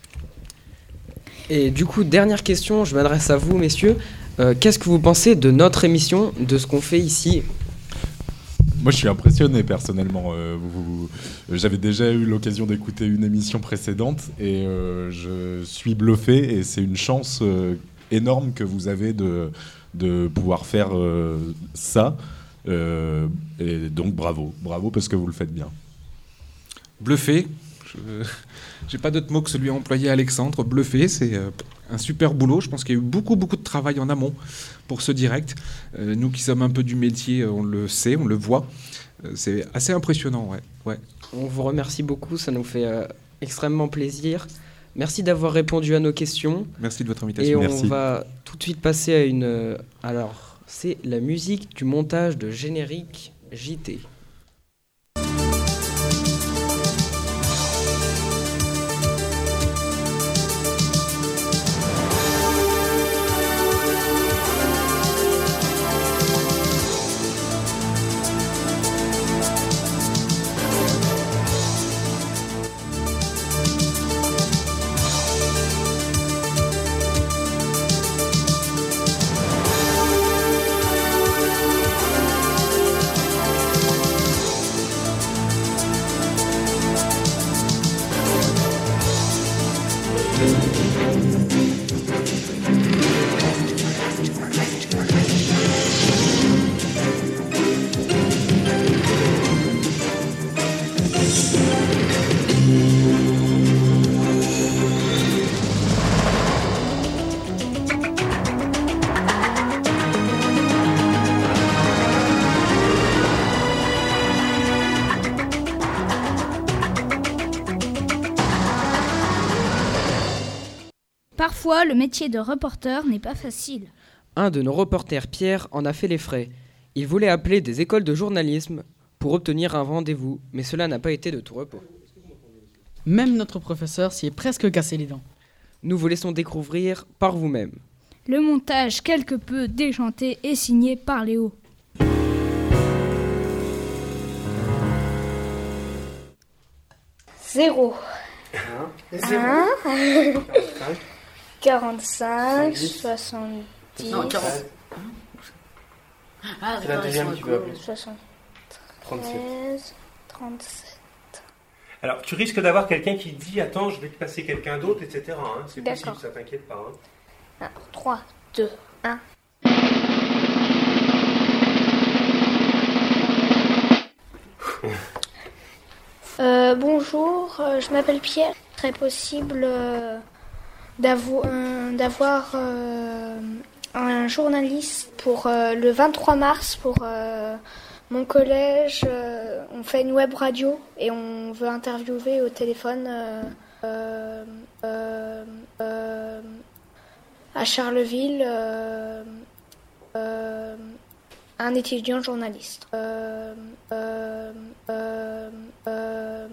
Et du coup, dernière question, je m'adresse à vous, messieurs. Euh, qu'est-ce que vous pensez de notre émission, de ce qu'on fait ici ? Moi, je suis impressionné personnellement. Euh, vous, vous, j'avais déjà eu l'occasion d'écouter une émission précédente et euh, je suis bluffé. Et c'est une chance euh, énorme que vous avez de, de pouvoir faire euh, ça. Euh, et donc bravo, bravo parce que vous le faites bien. Bluffé, je j'ai pas d'autre mot que celui employé à Alexandre. Bluffé, c'est euh, un super boulot. Je pense qu'il y a eu beaucoup beaucoup de travail en amont pour ce direct. Euh, nous qui sommes un peu du métier, on le sait, on le voit. Euh, c'est assez impressionnant, ouais. ouais. On vous remercie beaucoup, ça nous fait euh, extrêmement plaisir. Merci d'avoir répondu à nos questions. Merci de votre invitation. Et on Merci. va tout de suite passer à une... Euh, alors... C'est la musique du montage de générique J T. Parfois, le métier de reporter n'est pas facile. Un de nos reporters, Pierre, en a fait les frais. Il voulait appeler des écoles de journalisme pour obtenir un rendez-vous, mais cela n'a pas été de tout repos. Même notre professeur s'y est presque cassé les dents. Nous vous laissons découvrir par vous-même. Le montage quelque peu déjanté est signé par Léo. Zéro. Un. Un. quarante-cinq. soixante-dix. Non, quarante. Ah, c'est la deuxième qui veut appeler. soixante-treize. trente-sept. Alors, tu risques d'avoir quelqu'un qui dit « Attends, je vais te passer quelqu'un d'autre, et cetera hein. C'est D'accord. possible, ça t'inquiète pas. Hein. trois, deux, un. Euh, bonjour, euh, je m'appelle Pierre. Très possible euh, d'avo- euh, d'avoir euh, un journaliste pour euh, le vingt-trois mars pour euh, mon collège. Euh, on fait une web radio et on veut interviewer au téléphone euh, euh, euh, euh, à Charleville euh, euh, un étudiant journaliste. Euh, euh, euh, euh,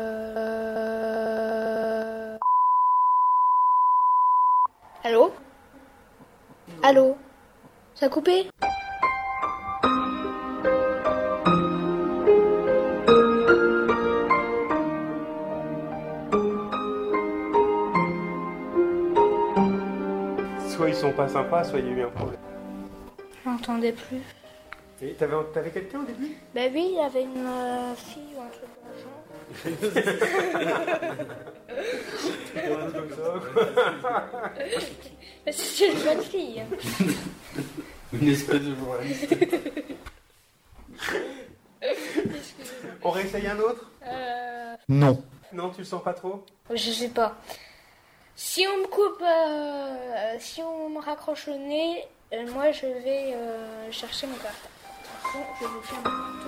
euh, Allô? Allô? Ça a coupé? Soit ils sont pas sympas, soit il y a eu un problème. Je n'entendais plus. Et t'avais, t'avais quelqu'un au début? Ben oui, il y avait une euh, fille ou un truc dans le genre. Comme ça. C'est une bonne fille. Une espèce de journaliste. On réessaye un autre? Euh... Non. Non, tu le sens pas trop? Je sais pas. Si on me coupe, euh, si on me raccroche le nez, euh, moi je vais euh, chercher mon cartable. Bon, je vais vous faire mon couteau.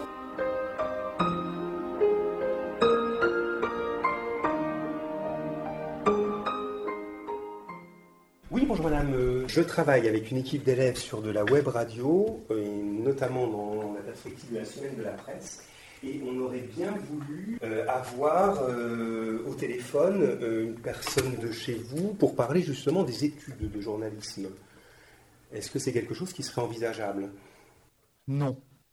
Oui, bonjour madame. Euh, Je travaille avec une équipe d'élèves sur de la web radio, euh, et notamment dans la perspective de la semaine de la presse. Et on aurait bien voulu euh, avoir euh, au téléphone euh, une personne de chez vous pour parler justement des études de journalisme. Est-ce que c'est quelque chose qui serait envisageable? Non.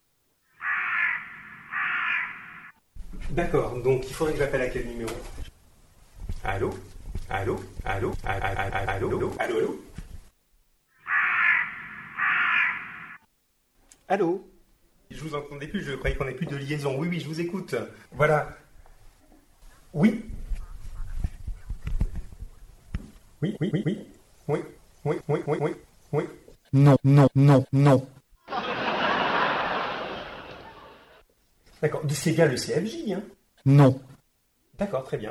D'accord, donc il faudrait que j'appelle à quel numéro? Allô? Allô? Allô? Allô? Allô? Allô? Allô? Allô? Je vous entendais plus, je croyais qu'on n'ait plus de liaison. Oui, oui, je vous écoute. Voilà. Oui. Oui, oui, oui, oui. Oui, oui, oui, oui, oui, oui. Non, non, non, non. D'accord, c'est bien le C F J, hein? Non. D'accord, très bien.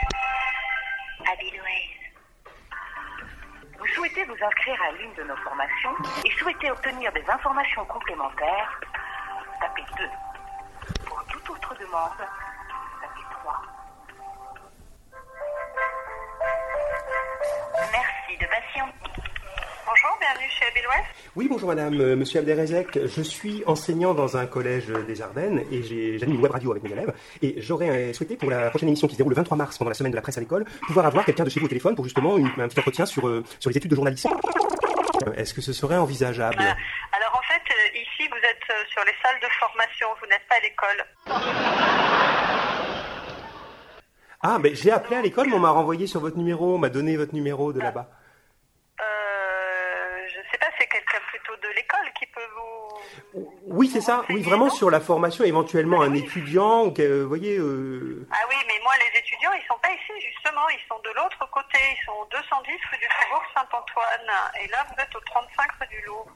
Vous souhaitez vous inscrire à l'une de nos formations et souhaitez obtenir des informations complémentaires, tapez deux. Pour toute autre demande, tapez trois. Merci de patienter. Bonjour, bienvenue chez Abilwest. Oui, bonjour madame, euh, monsieur Abderrezek. Je suis enseignant dans un collège des Ardennes et j'ai, j'anime une web radio avec mes élèves. Et j'aurais euh, souhaité, pour la prochaine émission qui se déroule le vingt-trois mars, pendant la semaine de la presse à l'école, pouvoir avoir quelqu'un de chez vous au téléphone pour justement une, un petit entretien sur, euh, sur les études de journalisme. Euh, Est-ce que ce serait envisageable? Euh, alors en fait, euh, ici, vous êtes euh, sur les salles de formation, vous n'êtes pas à l'école. Ah, mais j'ai appelé à l'école, mais on m'a renvoyé sur votre numéro, on m'a donné votre numéro de là-bas. Euh, je sais pas, c'est quelqu'un plutôt de l'école qui peut vous... Oui, c'est ça. Oui, vraiment sur la formation, éventuellement un étudiant, ou que, vous voyez... Euh... Ah oui, mais moi, les étudiants, ils sont pas ici, justement. Ils sont de l'autre côté. Ils sont au deux cent dix rue du Faubourg Saint-Antoine. Et là, vous êtes au trente-cinq rue du Louvre.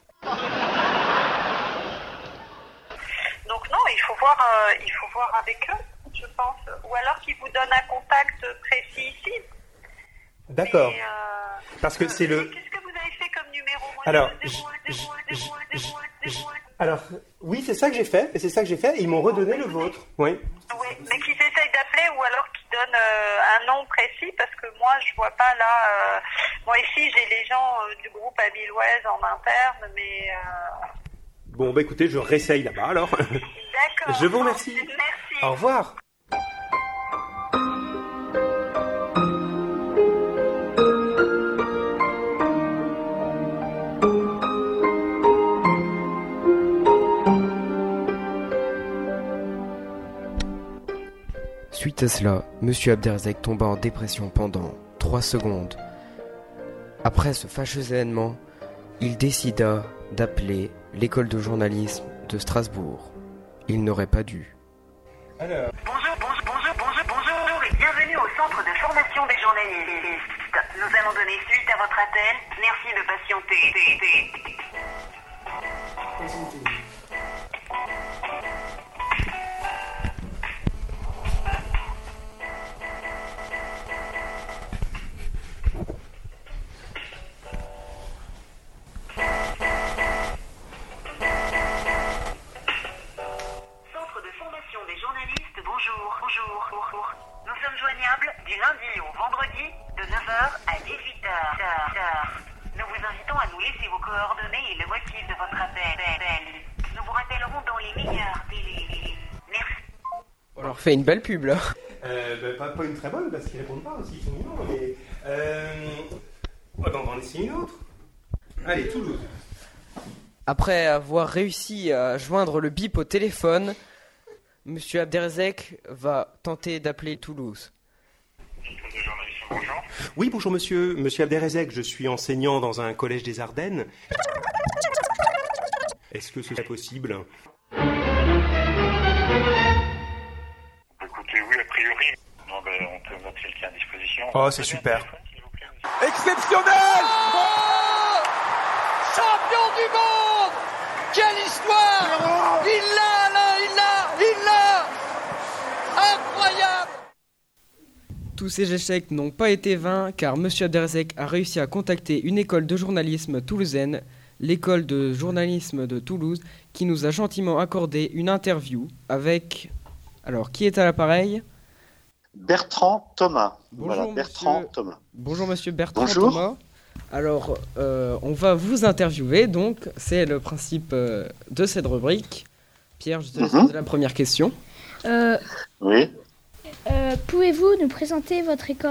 Donc non, il faut voir, euh, il faut voir avec eux, je pense. Ou alors qu'ils vous donnent un contact précis ici. D'accord. Mais, euh, Parce que c'est le... Qu'est-ce que vous avez fait comme numéro? Moi, Alors, je- je- je- je- je- je- je- je- je- je- alors, oui, c'est ça que j'ai fait, et c'est ça que j'ai fait, et ils m'ont redonné le vôtre. Oui. Oui, mais qu'ils essayent d'appeler ou alors qu'ils donne euh, un nom précis parce que moi je vois pas là. Euh, moi ici j'ai les gens euh, du groupe Abillouez en interne, mais. Euh... Bon bah écoutez, je réessaye là-bas alors. D'accord. Je vous remercie. Merci. Au revoir. Suite à cela, Monsieur Abderzek tomba en dépression pendant trois secondes. Après ce fâcheux événement, il décida d'appeler l'école de journalisme de Strasbourg. Il n'aurait pas dû. Alors. Bonjour, bonjour, bonjour, bonjour, bonjour et bienvenue au centre de formation des journalistes. Nous allons donner suite à votre appel. Merci de patienter. Bonjour, bonjour, bonjour. Nous sommes joignables du lundi au vendredi de neuf heures à dix-huit heures. Nous vous invitons à nous laisser vos coordonnées et le motif de votre appel. Nous vous rappellerons dans les meilleurs délais. Merci. On leur fait une belle pub là. Euh, bah, pas, pas une très bonne parce qu'ils répondent pas aussi, ils sont mignons, mais. Euh... Oh, on va en essayer une autre. Allez, Toulouse. Après avoir réussi à joindre le bip au téléphone, Monsieur Abderzek va tenter d'appeler Toulouse. Oui, bonjour monsieur. Monsieur Abderzek, je suis enseignant dans un collège des Ardennes. Est-ce que ce serait possible ? Écoutez, oui, a priori. Non, ben, on peut mettre quelqu'un à disposition. Oh, c'est super. Exceptionnel! Oh, champion du monde! Quelle histoire! Il l'a, là, il l'a, il l'a! Incroyable! Tous ces échecs n'ont pas été vains car Monsieur Abderzek a réussi à contacter une école de journalisme toulousaine, l'école de journalisme de Toulouse, qui nous a gentiment accordé une interview avec... Alors, qui est à l'appareil ? Bertrand Thomas. Bonjour, voilà, Bertrand monsieur... Thomas. Bonjour Monsieur Bertrand Bonjour. Thomas. Alors, euh, on va vous interviewer, donc c'est le principe euh, de cette rubrique. Pierre, je te laisse Mm-hmm. poser la première question. Euh, Oui. euh, Pouvez-vous nous présenter votre école ?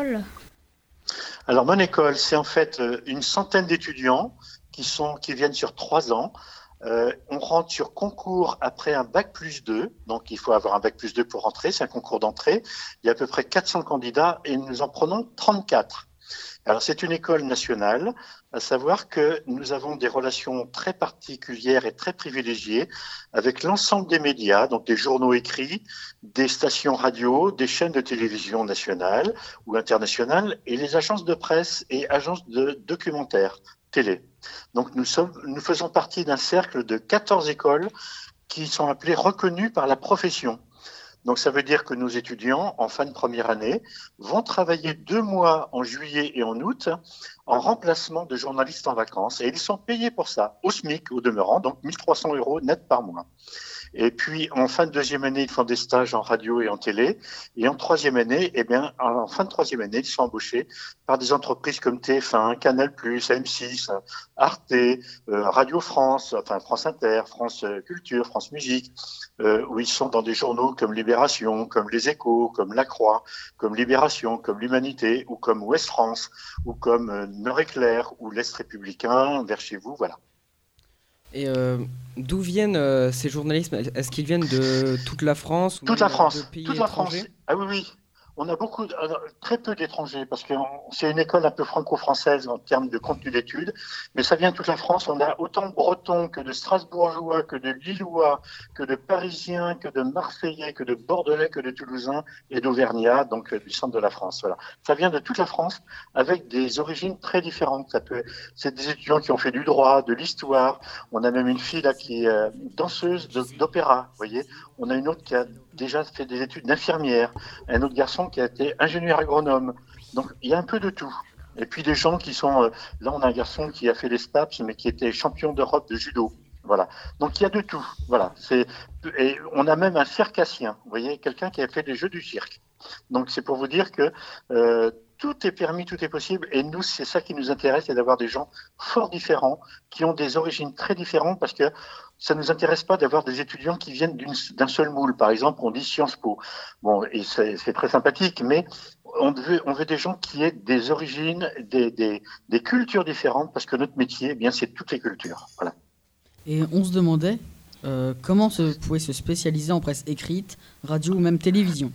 Alors, mon école, c'est en fait euh, une centaine d'étudiants qui, sont, qui viennent sur trois ans. Euh, on rentre sur concours après un bac plus deux, donc il faut avoir un bac plus deux pour rentrer, c'est un concours d'entrée. Il y a à peu près quatre cents candidats et nous en prenons trente-quatre. Alors c'est une école nationale, à savoir que nous avons des relations très particulières et très privilégiées avec l'ensemble des médias, donc des journaux écrits, des stations radio, des chaînes de télévision nationales ou internationales et les agences de presse et agences de documentaires télé. Donc nous sommes, nous faisons partie d'un cercle de quatorze écoles qui sont appelées reconnues par la profession. Donc ça veut dire que nos étudiants, en fin de première année, vont travailler deux mois en juillet et en août en remplacement de journalistes en vacances. Et ils sont payés pour ça, au SMIC au demeurant, donc mille trois cents euros net par mois. Et puis, en fin de deuxième année, ils font des stages en radio et en télé. Et en troisième année, eh bien, en fin de troisième année, ils sont embauchés par des entreprises comme T F un, Canal plus, M six, Arte, euh, Radio France, enfin France Inter, France Culture, France Musique, euh, où ils sont dans des journaux comme Libération, comme Les Échos, comme La Croix, comme Libération, comme L'Humanité, ou comme Ouest France, ou comme euh, Nord-Éclair, ou l'Est républicain, vers chez vous, voilà. Et euh, d'où viennent euh, ces journalistes ? Est-ce qu'ils viennent de toute la France ou Toute la France, de pays toute la France. étrangers ? Ah oui, oui. On a beaucoup, de, euh, très peu d'étrangers parce que on, c'est une école un peu franco-française en termes de contenu d'études, mais ça vient de toute la France. On a autant de Bretons que de Strasbourgeois, que de Lillois, que de Parisiens, que de Marseillais, que de Bordelais, que de Toulousains et d'Auvergnats, donc euh, du centre de la France. Voilà. Ça vient de toute la France avec des origines très différentes. Ça peut, c'est des étudiants qui ont fait du droit, de l'histoire. On a même une fille là qui est euh, danseuse de, d'opéra. Vous voyez, on a une autre qui a déjà fait des études d'infirmière, un autre garçon qui a été ingénieur agronome. Donc, il y a un peu de tout. Et puis, des gens qui sont... Euh, là, on a un garçon qui a fait les STAPS, mais qui était champion d'Europe de judo. Voilà. Donc, il y a de tout. Voilà. C'est, et on a même un circassien. Vous voyez, quelqu'un qui a fait des jeux du cirque. Donc c'est pour vous dire que euh, tout est permis, tout est possible. Et nous, c'est ça qui nous intéresse, c'est d'avoir des gens fort différents, qui ont des origines très différentes, parce que ça ne nous intéresse pas d'avoir des étudiants qui viennent d'une, d'un seul moule. Par exemple, on dit Sciences Po. Bon, et c'est, c'est très sympathique, mais on veut, on veut des gens qui aient des origines, des, des, des cultures différentes, parce que notre métier, eh bien, c'est toutes les cultures. Voilà. Et on se demandait euh, comment se pouvait se spécialiser en presse écrite, radio ou même télévision.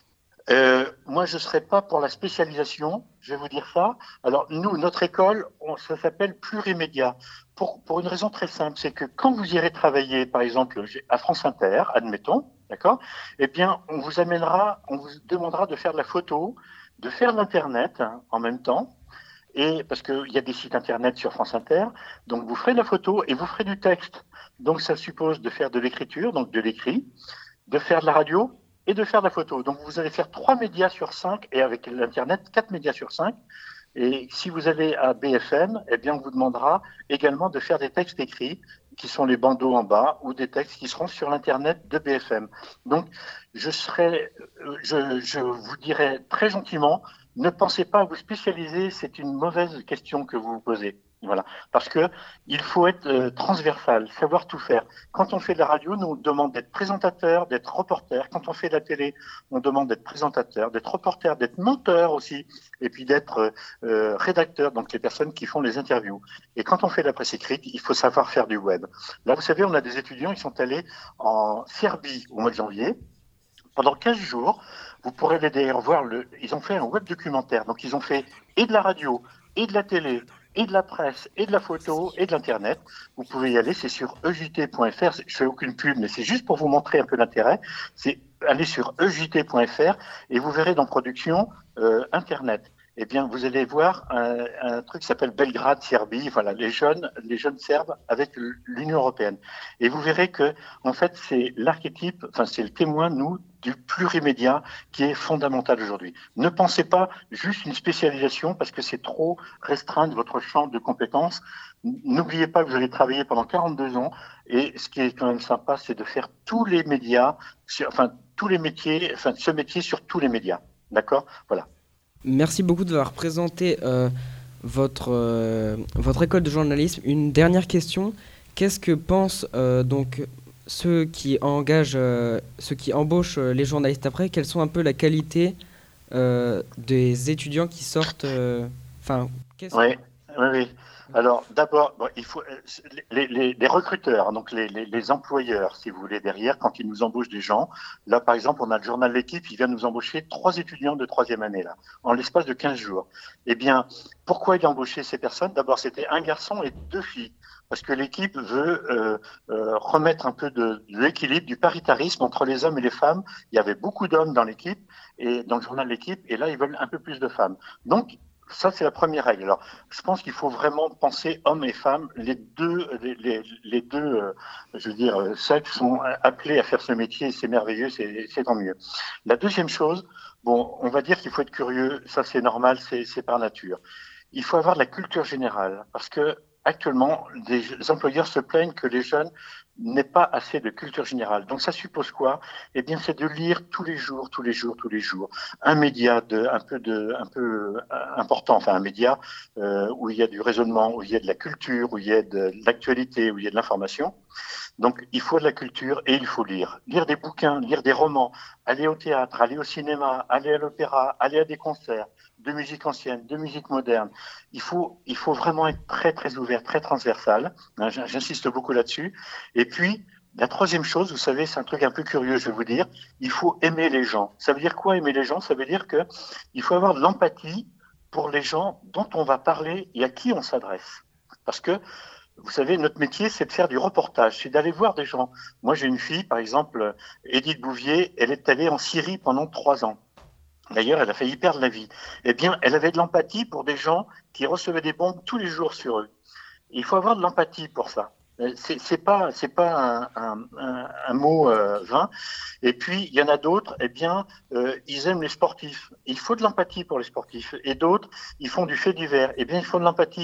Euh, moi, je ne serais pas pour la spécialisation, je vais vous dire ça. Alors, nous, notre école, on, ça s'appelle Plurimédia. Pour, pour une raison très simple, c'est que quand vous irez travailler, par exemple, à France Inter, admettons, d'accord, eh bien, on vous amènera, on vous demandera de faire de la photo, de faire de l'Internet hein, en même temps, et parce qu'il y a des sites Internet sur France Inter, donc vous ferez de la photo et vous ferez du texte. Donc, ça suppose de faire de l'écriture, donc de l'écrit, de faire de la radio, et de faire de la photo. Donc, vous allez faire trois médias sur cinq, et avec l'Internet, quatre médias sur cinq. Et si vous allez à B F M, eh bien, on vous demandera également de faire des textes écrits, qui sont les bandeaux en bas, ou des textes qui seront sur l'Internet de B F M. Donc, je serais, je, je vous dirais très gentiment, ne pensez pas à vous spécialiser, c'est une mauvaise question que vous vous posez. Voilà, parce que il faut être euh, transversal, savoir tout faire. Quand on fait de la radio, nous on demande d'être présentateur, d'être reporter. Quand on fait de la télé, on demande d'être présentateur, d'être reporter, d'être monteur aussi, et puis d'être euh, rédacteur, donc les personnes qui font les interviews. Et quand on fait de la presse écrite, il faut savoir faire du web. Là, vous savez, on a des étudiants, ils sont allés en Serbie au mois de janvier. Pendant quinze jours, vous pourrez les d'ailleurs voir, le... ils ont fait un web documentaire. Donc ils ont fait et de la radio, et de la télé, et de la presse, et de la photo, et de l'Internet. Vous pouvez y aller, c'est sur e j t point f r. Je fais aucune pub, mais c'est juste pour vous montrer un peu l'intérêt. C'est aller sur e j t point f r et vous verrez dans Production euh, Internet. Eh bien, vous allez voir un, un truc qui s'appelle Belgrade, Serbie, voilà, les jeunes, les jeunes Serbes avec l'Union européenne. Et vous verrez que, en fait, c'est l'archétype, enfin, c'est le témoin, nous, du plurimédia qui est fondamental aujourd'hui. Ne pensez pas juste une spécialisation parce que c'est trop restreindre votre champ de compétences. N'oubliez pas que vous allez travailler pendant quarante-deux ans et ce qui est quand même sympa, c'est de faire tous les médias, sur, enfin, tous les métiers, enfin, ce métier sur tous les médias. D'accord ? Voilà. Merci beaucoup d'avoir présenté euh, votre, euh, votre école de journalisme. Une dernière question. Qu'est-ce que pensent euh, donc ceux qui engagent, euh, ceux qui embauchent euh, les journalistes après? Quelles sont un peu la qualité euh, des étudiants qui sortent enfin, euh, Oui, oui, oui. Alors d'abord, bon, il faut les, les, les recruteurs, donc les, les, les employeurs, si vous voulez, derrière, quand ils nous embauchent des gens. Là, par exemple, on a le journal L'Équipe, il vient nous embaucher trois étudiants de troisième année, là, en l'espace de quinze jours. Eh bien, pourquoi il a embauché ces personnes? D'abord, c'était un garçon et deux filles. Parce que l'équipe veut euh, euh, remettre un peu de, de l'équilibre, du paritarisme entre les hommes et les femmes. Il y avait beaucoup d'hommes dans l'équipe, et dans le journal L'Équipe, et là, ils veulent un peu plus de femmes. Donc, ça, c'est la première règle. Alors, je pense qu'il faut vraiment penser hommes et femmes. Les deux, les, les, les deux, euh, je veux dire, sexes sont appelés à faire ce métier. C'est merveilleux, c'est, c'est tant mieux. La deuxième chose, bon, on va dire qu'il faut être curieux. Ça, c'est normal, c'est, c'est par nature. Il faut avoir de la culture générale, parce que actuellement, des employeurs se plaignent que les jeunes n'aient pas assez de culture générale. Donc ça suppose quoi? Eh bien, c'est de lire tous les jours, tous les jours, tous les jours, un média de, un peu de, un peu important, enfin un média euh, où il y a du raisonnement, où il y a de la culture, où il y a de l'actualité, où il y a de l'information. Donc il faut de la culture et il faut lire. Lire des bouquins, lire des romans, aller au théâtre, aller au cinéma, aller à l'opéra, aller à des concerts de musique ancienne, de musique moderne. Il faut, il faut vraiment être très, très ouvert, très transversal. Hein, j'insiste beaucoup là-dessus. Et puis, la troisième chose, vous savez, c'est un truc un peu curieux, je vais vous dire, il faut aimer les gens. Ça veut dire quoi, aimer les gens? Ça veut dire que il faut avoir de l'empathie pour les gens dont on va parler et à qui on s'adresse. Parce que, vous savez, notre métier, c'est de faire du reportage, c'est d'aller voir des gens. Moi, j'ai une fille, par exemple, Édith Bouvier, elle est allée en Syrie pendant trois ans. D'ailleurs, elle a failli perdre la vie. Eh bien, elle avait de l'empathie pour des gens qui recevaient des bombes tous les jours sur eux. Il faut avoir de l'empathie pour ça. C'est, c'est pas, c'est pas un, un, un, un mot euh, vain. Et puis, il y en a d'autres, eh bien, euh, ils aiment les sportifs. Il faut de l'empathie pour les sportifs. Et d'autres, ils font du fait divers. Eh bien, il faut de l'empathie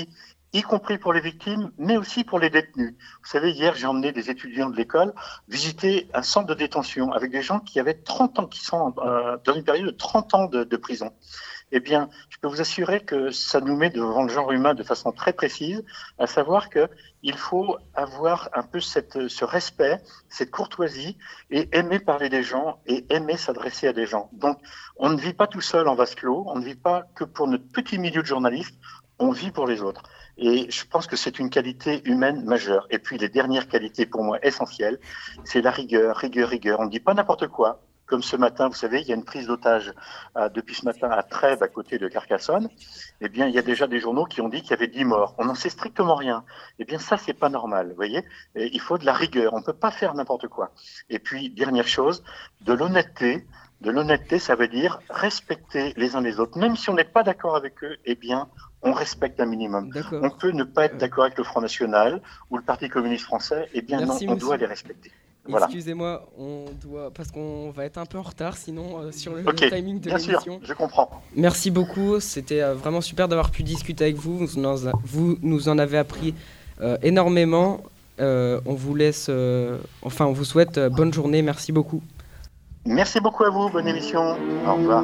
y compris pour les victimes, mais aussi pour les détenus. Vous savez, hier, j'ai emmené des étudiants de l'école visiter un centre de détention avec des gens qui avaient trente ans, qui sont euh, dans une période de trente ans de, de prison. Eh bien, je peux vous assurer que ça nous met devant le genre humain de façon très précise, à savoir qu'il faut avoir un peu cette, ce respect, cette courtoisie, et aimer parler des gens, et aimer s'adresser à des gens. Donc, on ne vit pas tout seul en vase clos, on ne vit pas que pour notre petit milieu de journalistes, on vit pour les autres. Et je pense que c'est une qualité humaine majeure. Et puis, les dernières qualités, pour moi, essentielles, c'est la rigueur, rigueur, rigueur. On ne dit pas n'importe quoi. Comme ce matin, vous savez, il y a une prise d'otage euh, depuis ce matin à Trèbes, à côté de Carcassonne. Eh bien, il y a déjà des journaux qui ont dit qu'il y avait dix morts. On n'en sait strictement rien. Eh bien, ça, c'est pas normal, vous voyez. Et il faut de la rigueur. On peut pas faire n'importe quoi. Et puis, dernière chose, de l'honnêteté. De l'honnêteté, ça veut dire respecter les uns les autres. Même si on n'est pas d'accord avec eux, eh bien, on respecte un minimum. D'accord. On peut ne pas être d'accord avec le Front National ou le Parti communiste français. Eh bien, Merci, non, on monsieur. doit les respecter. Voilà. Excusez-moi, on doit parce qu'on va être un peu en retard sinon euh, sur le, Ok, le timing de bien l'émission. sûr, je comprends. Merci beaucoup, c'était euh, vraiment super d'avoir pu discuter avec vous. Vous, en a- vous nous en avez appris euh, énormément. Euh, on vous laisse, euh, enfin, on vous souhaite euh, bonne journée. Merci beaucoup. Merci beaucoup à vous. Bonne émission. Au revoir.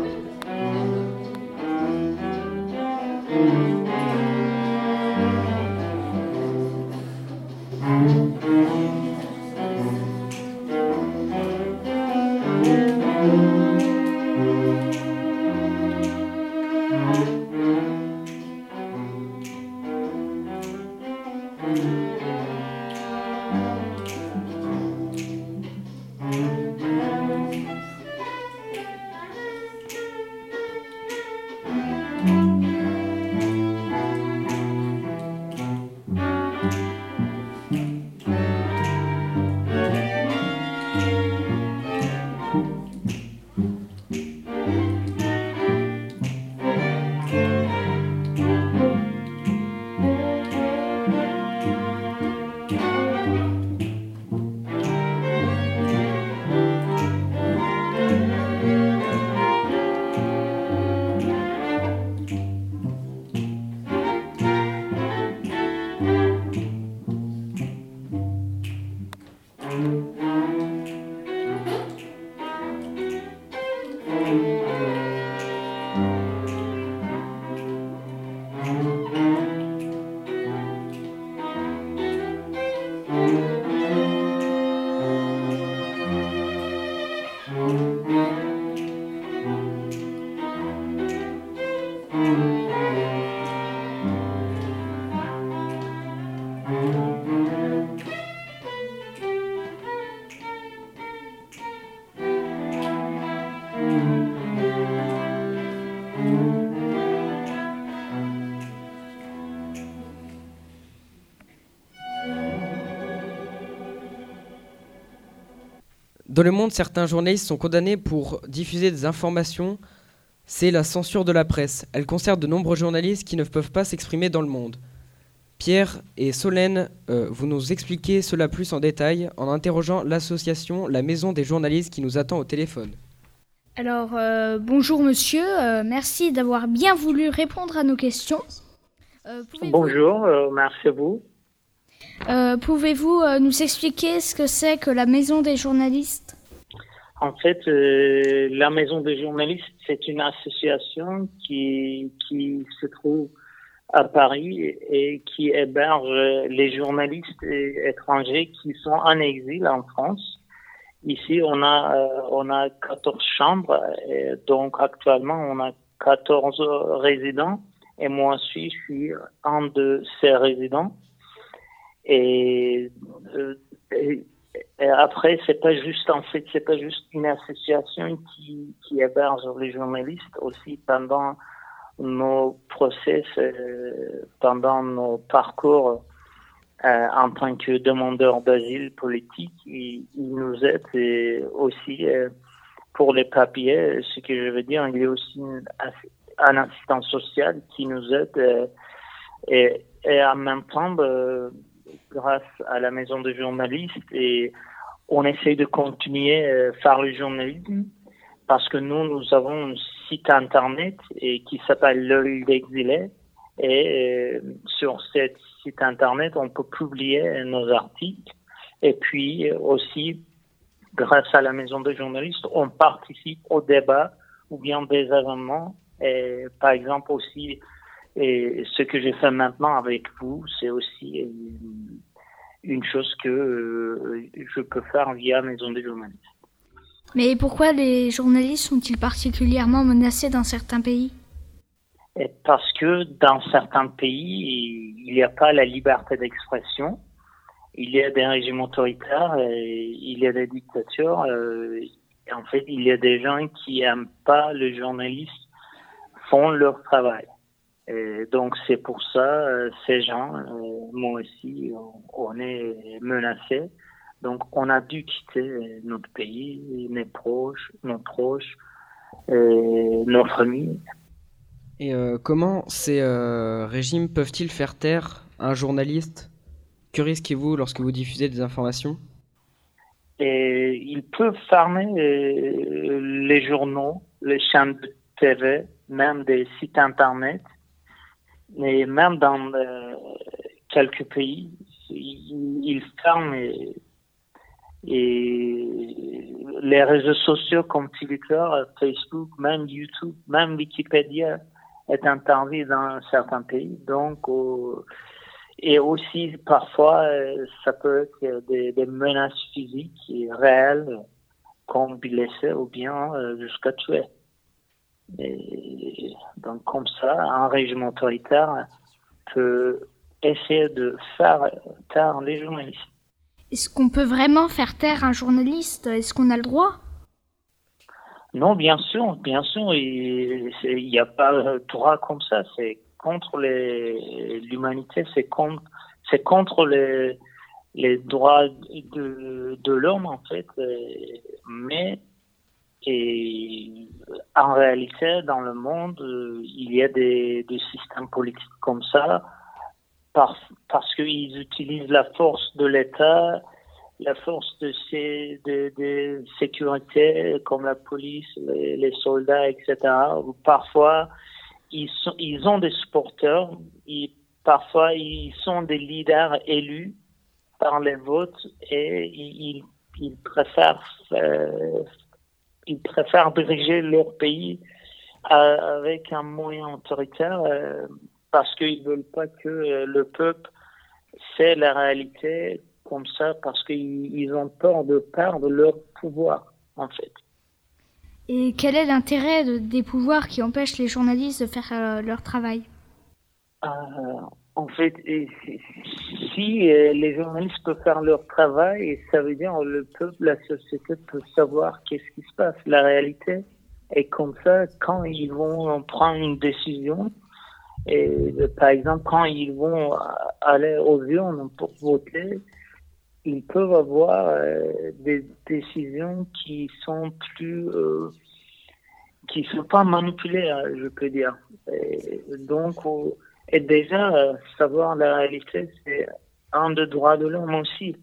Dans le monde, certains journalistes sont condamnés pour diffuser des informations. C'est la censure de la presse. Elle concerne de nombreux journalistes qui ne peuvent pas s'exprimer dans le monde. Pierre et Solène, euh, vous nous expliquez cela plus en détail en interrogeant l'association La Maison des journalistes qui nous attend au téléphone. Alors, euh, bonjour monsieur, euh, merci d'avoir bien voulu répondre à nos questions. Euh, pouvez-vous- Bonjour, euh, merci à vous. Euh, pouvez-vous euh, nous expliquer ce que c'est que la Maison des journalistes ? En fait, euh, la Maison des journalistes, c'est une association qui, qui se trouve à Paris et qui héberge les journalistes étrangers qui sont en exil en France. Ici, on a, euh, on a quatorze chambres, et donc actuellement, on a quatorze résidents et moi aussi, je suis un de ces résidents. Et, euh, et, et après, c'est pas juste, en fait, c'est pas juste une association qui, qui héberge les journalistes. Aussi, pendant nos process, euh, pendant nos parcours euh, en tant que demandeurs d'asile politique, ils, ils nous aident et aussi euh, pour les papiers. Ce que je veux dire, il y a aussi une, un assistant social qui nous aide euh, et, et en même temps, euh, grâce à la Maison des journalistes, et on essaie de continuer à faire le journalisme parce que nous, nous avons un site internet et qui s'appelle L'Œil d'Exilé Et euh, sur ce site internet, on peut publier nos articles. Et puis aussi, grâce à la maison des journalistes, on participe au débat ou bien des événements. Et par exemple aussi, et ce que j'ai fait maintenant avec vous, c'est aussi une, une chose que euh, je peux faire via la maison des journalistes. Mais pourquoi les journalistes sont-ils particulièrement menacés dans certains pays ? Et parce que dans certains pays, il n'y a pas la liberté d'expression. Il y a des régimes autoritaires, il y a des dictatures. Euh, en fait, il y a des gens qui n'aiment pas les journalistes font leur travail. Et donc, c'est pour ça, euh, ces gens, euh, moi aussi, on, on est menacés. Donc, on a dû quitter notre pays, nos proches, nos proches, et nos familles. Et euh, comment ces euh, régimes peuvent-ils faire taire un journaliste ? Que risquez-vous lorsque vous diffusez des informations ? Et ils peuvent fermer euh, les journaux, les chaînes de T V, même des sites internet. Et même dans euh, quelques pays, ils, ils ferment et, et les réseaux sociaux comme Twitter, Facebook, même YouTube, même Wikipédia est interdit dans certains pays. Donc, euh, et aussi, parfois, euh, ça peut être des, des menaces physiques et réelles, comme blesser ou bien euh, jusqu'à tuer. Et donc, comme ça, un régime autoritaire peut essayer de faire taire les journalistes. Est-ce qu'on peut vraiment faire taire un journaliste ? Est-ce qu'on a le droit ? Non, bien sûr, bien sûr, il n'y a pas de droit comme ça. C'est contre les, l'humanité, c'est contre, c'est contre les, les droits de, de l'homme, en fait. Et, mais et, en réalité, dans le monde, il y a des, des systèmes politiques comme ça par, parce qu'ils utilisent la force de l'État, la force de, ces, de, de sécurité, comme la police, les, les soldats, et cetera. Parfois, ils, sont, ils ont des supporters, ils, parfois, ils sont des leaders élus par les votes et ils, ils, préfèrent, euh, ils préfèrent diriger leur pays euh, avec un moyen autoritaire euh, parce qu'ils ne veulent pas que euh, le peuple sait la réalité comme ça, parce qu'ils ils ont peur de perdre leur pouvoir, en fait. Et quel est l'intérêt de, des pouvoirs qui empêchent les journalistes de faire euh, leur travail ? euh, En fait, si, si euh, les journalistes peuvent faire leur travail, ça veut dire que le peuple, la société peut savoir qu'est-ce qui se passe, la réalité. Et comme ça, quand ils vont prendre une décision, et par exemple, quand ils vont aller aux urnes pour voter, ils peuvent avoir euh, des décisions qui sont plus, euh, qui sont pas manipulées, hein, je peux dire. Et donc, euh, et déjà euh, savoir la réalité, c'est un des droits de l'homme aussi.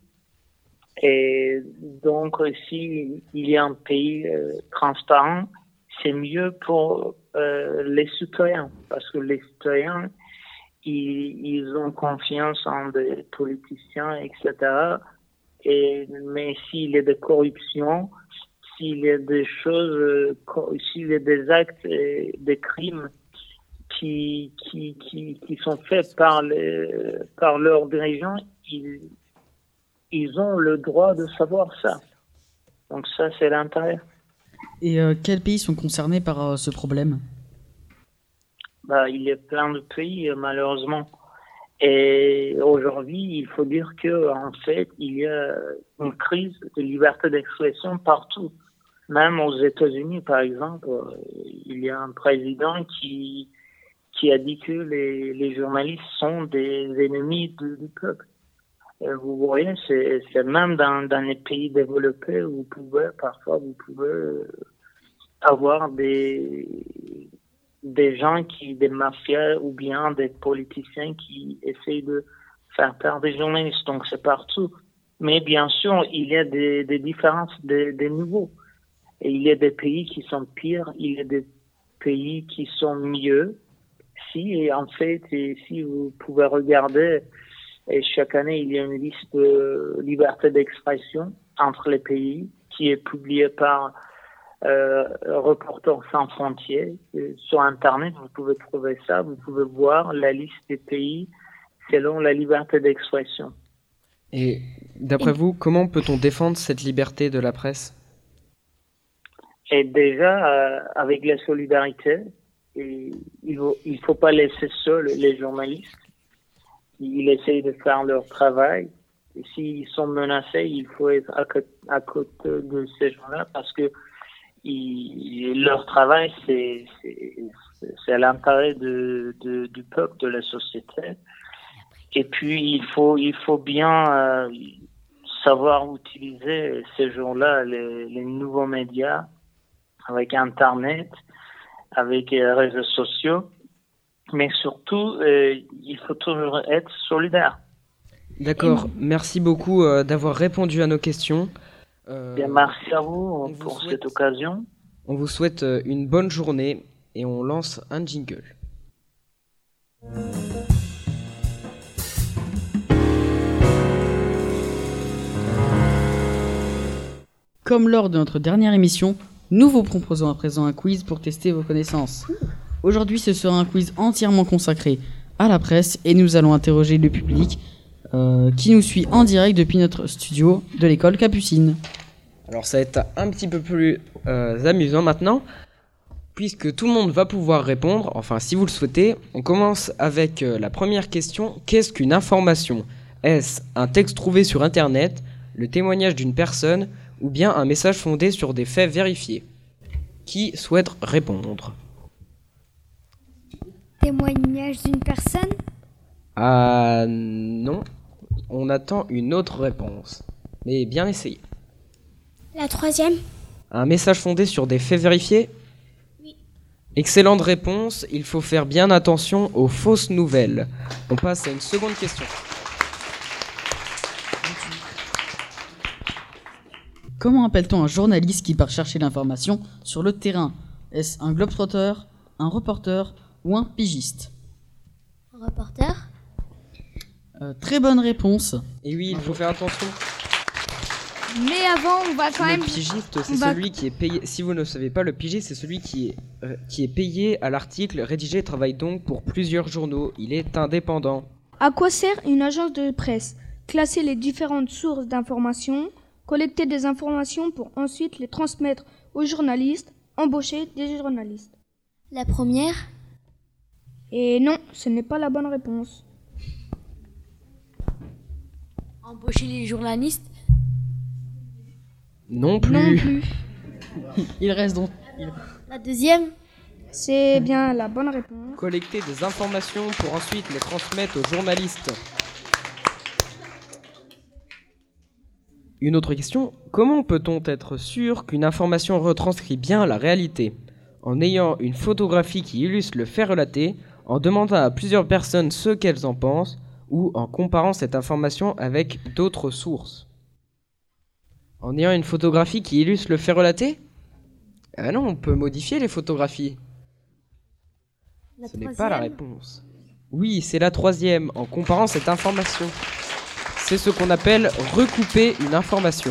Et donc, si il y a un pays euh, transparent, c'est mieux pour euh, les citoyens, parce que les citoyens, ils, ils ont confiance en des politiciens, et cetera. Et, mais s'il y a de corruption, s'il y a des choses, euh, s'il y a des actes, et des crimes qui, qui, qui, qui sont faits par, les, par leurs dirigeants, ils, ils ont le droit de savoir ça. Donc ça, c'est l'intérêt. Et euh, quels pays sont concernés par euh, ce problème ? Bah, il y a plein de pays, euh, malheureusement. Et aujourd'hui, il faut dire que en fait, il y a une crise de liberté d'expression partout. Même aux États-Unis, par exemple, il y a un président qui qui a dit que les, les journalistes sont des ennemis du, du peuple. Et vous voyez, c'est, c'est même dans, dans les pays développés, vous pouvez parfois vous pouvez avoir des des gens qui, des mafias ou bien des politiciens qui essayent de faire peur des journalistes. Donc c'est partout. Mais bien sûr, il y a des, des différences des, des niveaux. Et il y a des pays qui sont pires, il y a des pays qui sont mieux. Si, et en fait, et si vous pouvez regarder, et chaque année, il y a une liste de liberté d'expression entre les pays qui est publiée par euh, Reporters sans frontières. Et sur Internet, vous pouvez trouver ça, vous pouvez voir la liste des pays selon la liberté d'expression. Et d'après et... vous, comment peut-on défendre cette liberté de la presse? Et déjà, euh, avec la solidarité, et il ne il faut pas laisser seuls les journalistes. Ils essayent de faire leur travail. Et s'ils sont menacés, il faut être à côté, à côté de ces gens-là parce que ils, leur travail, c'est, c'est, c'est à l'intérêt de, de, du peuple, de la société. Et puis, il faut, il faut bien euh, savoir utiliser ces jours-là, les, les nouveaux médias, avec Internet, avec les réseaux sociaux. Mais surtout, euh, il faut toujours être solidaire. D'accord, merci beaucoup euh, d'avoir répondu à nos questions. Euh, Bien, merci à vous pour souhaite, cette occasion. On vous souhaite euh, une bonne journée et on lance un jingle. Comme lors de notre dernière émission, nous vous proposons à présent un quiz pour tester vos connaissances. Aujourd'hui, ce sera un quiz entièrement consacré à la presse et nous allons interroger le public euh, qui nous suit en direct depuis notre studio de l'école Capucine. Alors ça va être un petit peu plus euh, amusant maintenant, puisque tout le monde va pouvoir répondre, enfin si vous le souhaitez. On commence avec euh, la première question. Qu'est-ce qu'une information? Est-ce un texte trouvé sur Internet, le témoignage d'une personne, ou bien un message fondé sur des faits vérifiés? Qui souhaite répondre? Témoignage d'une personne? Ah non, on attend une autre réponse. Mais bien essayé. La troisième? Un message fondé sur des faits vérifiés? Oui. Excellente réponse, il faut faire bien attention aux fausses nouvelles. On passe à une seconde question. Comment appelle-t-on un journaliste qui part chercher l'information sur le terrain? Est-ce un globetrotter, un reporter ou un pigiste? Un reporter? euh, Très bonne réponse. Et oui, il faut faire attention. Mais avant, on va quand le même... Le pigiste, c'est va... celui qui est payé... Si vous ne le savez pas, le pigiste, c'est celui qui est, euh, qui est payé à l'article, rédigé et travaille donc pour plusieurs journaux. Il est indépendant. À quoi sert une agence de presse? Classer les différentes sources d'informations, collecter des informations pour ensuite les transmettre aux journalistes, embaucher des journalistes. La première? Et non, ce n'est pas la bonne réponse. Embaucher les journalistes? Non plus. Non plus. Il reste donc... Il... La deuxième? C'est bien la bonne réponse. Collecter des informations pour ensuite les transmettre aux journalistes. Une autre question, comment peut-on être sûr qu'une information retranscrit bien la réalité? En ayant une photographie qui illustre le fait relaté, en demandant à plusieurs personnes ce qu'elles en pensent, ou en comparant cette information avec d'autres sources. En ayant une photographie qui illustre le fait relaté? Ah non, on peut modifier les photographies. La Ce n'est pas la réponse. Oui, c'est la troisième, en comparant cette information. C'est ce qu'on appelle recouper une information.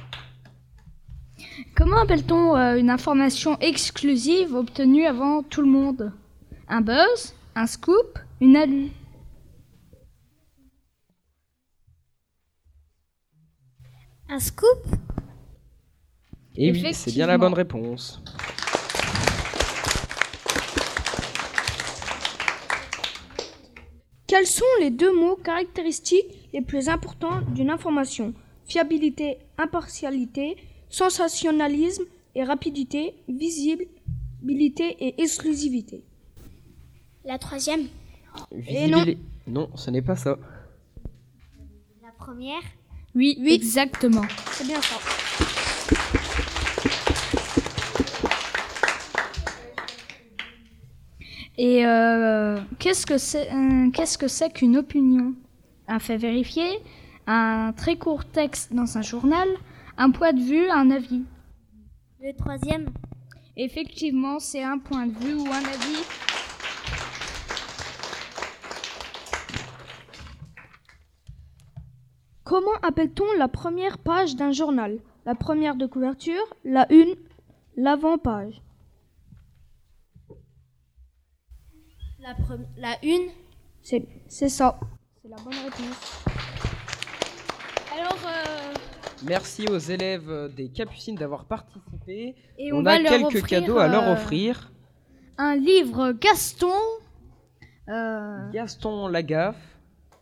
Comment appelle-t-on euh, une information exclusive obtenue avant tout le monde? Un buzz? Un scoop? Une alu? Un scoop? Et oui, c'est bien la bonne réponse. Quels sont les deux mots caractéristiques les plus importants d'une information? Fiabilité, impartialité, sensationnalisme et rapidité, visibilité et exclusivité. La troisième? Et non. Non, ce n'est pas ça. La première? Oui, oui, exactement. C'est bien ça. Et euh, qu'est-ce que c'est, euh, qu'est-ce que c'est qu'une opinion? Un fait vérifié, un très court texte dans un journal, un point de vue, un avis. Le troisième? Effectivement, c'est un point de vue ou un avis. Comment appelle-t-on la première page d'un journal? La première de couverture, la une, l'avant-page. La, pre- la une. C'est, c'est ça. C'est la bonne réponse. Alors, euh... merci aux élèves des Capucines d'avoir participé. Et on, on a va leur quelques offrir, cadeaux à leur euh, offrir. un livre Gaston. Euh... Gaston Lagaffe.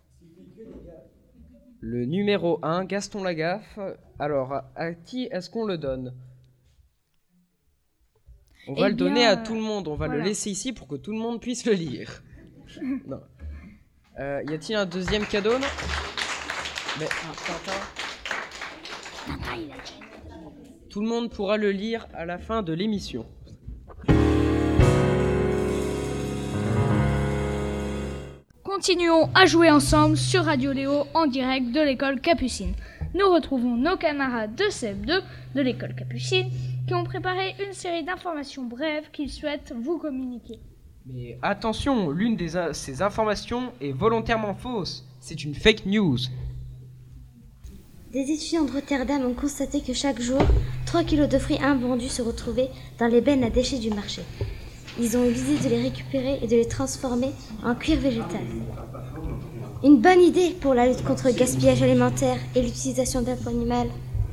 Le numéro un, Gaston Lagaffe. Alors, à, à qui est-ce qu'on le donne? On va Eh le donner bien, à tout le monde. On va voilà. le laisser ici pour que tout le monde puisse le lire. Non. Euh, y a-t-il un deuxième cadeau, non? Mais Tintin. Tout le monde pourra le lire à la fin de l'émission. Continuons à jouer ensemble sur Radio Léo en direct de l'école Capucine. Nous retrouvons nos camarades de C F deux de l'école Capucine qui ont préparé une série d'informations brèves qu'ils souhaitent vous communiquer. Mais attention, l'une de ces informations est volontairement fausse. C'est une fake news. Des étudiants de Rotterdam ont constaté que chaque jour, trois kilos de fruits invendus se retrouvaient dans les bennes à déchets du marché. Ils ont eu l'idée de les récupérer et de les transformer en cuir végétal. Une bonne idée pour la lutte contre le gaspillage alimentaire et l'utilisation d'emplois animaux.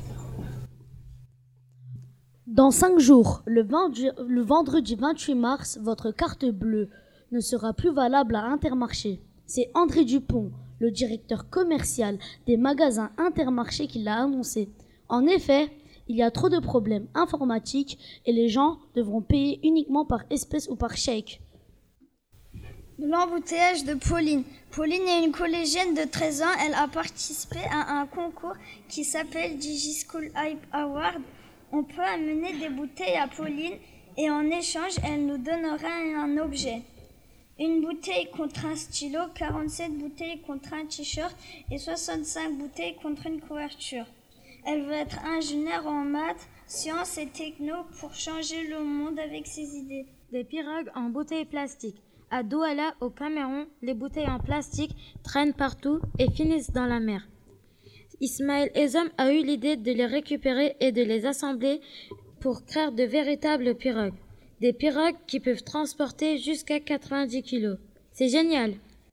Dans cinq jours, le, vingt, le vendredi vingt-huit mars, votre carte bleue ne sera plus valable à Intermarché. C'est André Dupont, le directeur commercial des magasins Intermarché, qui l'a annoncé. En effet, il y a trop de problèmes informatiques et les gens devront payer uniquement par espèce ou par chèque. L'embouteillage de Pauline. Pauline est une collégienne de treize ans. Elle a participé à un concours qui s'appelle DigiSchool Hype Award. On peut amener des bouteilles à Pauline et en échange, elle nous donnera un objet. Une bouteille contre un stylo, quarante-sept bouteilles contre un t-shirt et soixante-cinq bouteilles contre une couverture. Elle veut être ingénieure en maths, sciences et techno pour changer le monde avec ses idées. Des pirogues en bouteilles plastiques. À Douala, au Cameroun, les bouteilles en plastique traînent partout et finissent dans la mer. Ismaël Ezom a eu l'idée de les récupérer et de les assembler pour créer de véritables pirogues. Des pirogues qui peuvent transporter jusqu'à quatre-vingt-dix kilos. C'est génial!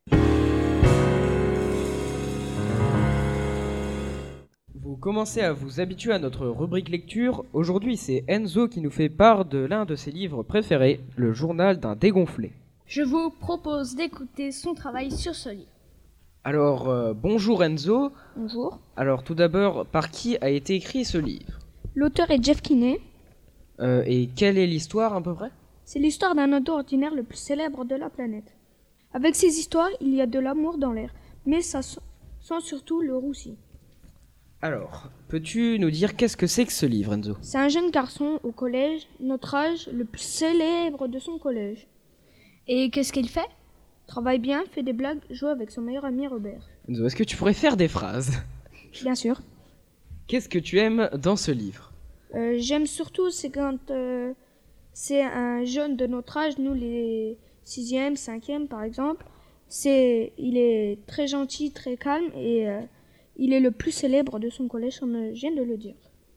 Vous commencez à vous habituer à notre rubrique lecture. Aujourd'hui, c'est Enzo qui nous fait part de l'un de ses livres préférés, Le journal d'un dégonflé. Je vous propose d'écouter son travail sur ce livre. Alors, euh, bonjour Enzo. Bonjour. Alors, tout d'abord, par qui a été écrit ce livre? L'auteur est Jeff Kinney. Euh, et quelle est l'histoire à peu près? C'est l'histoire d'un ado ordinaire le plus célèbre de la planète. Avec ces histoires, il y a de l'amour dans l'air, mais ça sent surtout le roussi. Alors, peux-tu nous dire qu'est-ce que c'est que ce livre, Enzo? C'est un jeune garçon au collège, notre âge, le plus célèbre de son collège. Et qu'est-ce qu'il fait? Travaille bien, fait des blagues, joue avec son meilleur ami Robert. Enzo, est-ce que tu pourrais faire des phrases? Bien sûr. Qu'est-ce que tu aimes dans ce livre? euh, J'aime surtout, c'est quand euh, c'est un jeune de notre âge, nous les sixième, cinquième par exemple. C'est, il est très gentil, très calme et euh, il est le plus célèbre de son collège, comme je viens de le dire.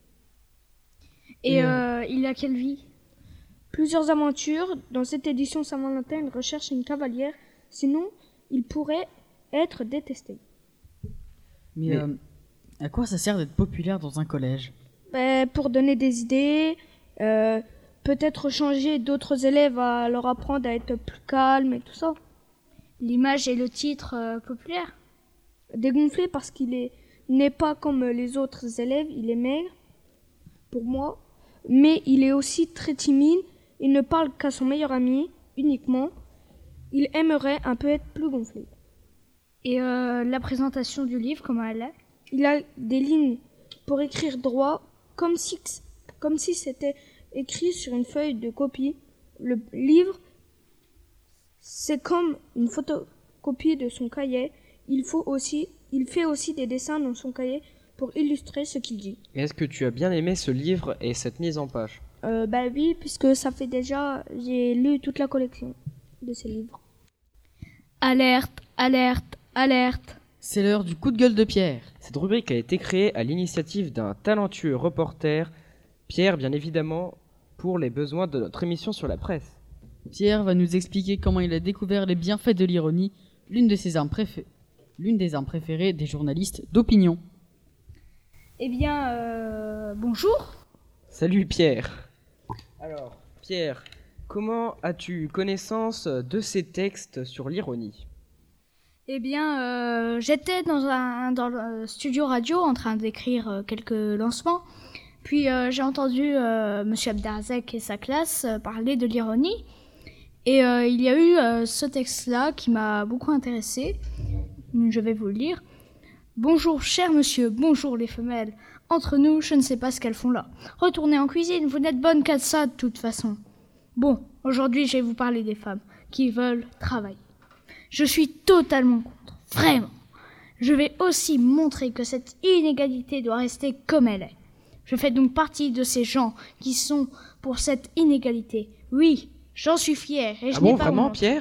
Et euh, il a quelle vie? Plusieurs aventures. Dans cette édition Saint-Valentin, il recherche une cavalière. Sinon, il pourrait être détesté. Mais, Mais... Euh, à quoi ça sert d'être populaire dans un collège? Ben, pour donner des idées, euh, peut-être changer d'autres élèves à leur apprendre à être plus calmes et tout ça. L'image et le titre euh, populaire. Dégonflé parce qu'il est n'est pas comme les autres élèves, il est maigre, pour moi, mais il est aussi très timide. Il ne parle qu'à son meilleur ami, uniquement. Il aimerait un peu être plus gonflé. Et euh, la présentation du livre, comment elle est? Il a des lignes pour écrire droit, comme si, comme si c'était écrit sur une feuille de copie. Le livre, c'est comme une photocopie de son cahier. Il, faut aussi, il fait aussi des dessins dans son cahier pour illustrer ce qu'il dit. Est-ce que tu as bien aimé ce livre et cette mise en page? Euh, bah oui, puisque ça fait déjà... J'ai lu toute la collection de ces livres. Alerte, alerte, alerte. C'est l'heure du coup de gueule de Pierre. Cette rubrique a été créée à l'initiative d'un talentueux reporter, Pierre bien évidemment, pour les besoins de notre émission sur la presse. Pierre va nous expliquer comment il a découvert les bienfaits de l'ironie, l'une de ses armes préférées, l'une des armes préférées des journalistes d'opinion. Eh bien, euh, bonjour. Salut Pierre. Alors, Pierre, comment as-tu connaissance de ces textes sur l'ironie ? Eh bien, euh, j'étais dans un dans le studio radio en train d'écrire euh, quelques lancements. Puis euh, j'ai entendu euh, Monsieur Abdarzek et sa classe euh, parler de l'ironie. Et euh, il y a eu euh, ce texte-là qui m'a beaucoup intéressé. Je vais vous le lire. Bonjour, cher monsieur, bonjour les femelles. Entre nous, je ne sais pas ce qu'elles font là. Retournez en cuisine, vous n'êtes bonnes qu'à ça de toute façon. Bon, aujourd'hui, je vais vous parler des femmes qui veulent travailler. Je suis totalement contre, vraiment. Je vais aussi montrer que cette inégalité doit rester comme elle est. Je fais donc partie de ces gens qui sont pour cette inégalité. Oui, j'en suis fière et je ah n'ai bon, pas vraiment, honte. Pierre ?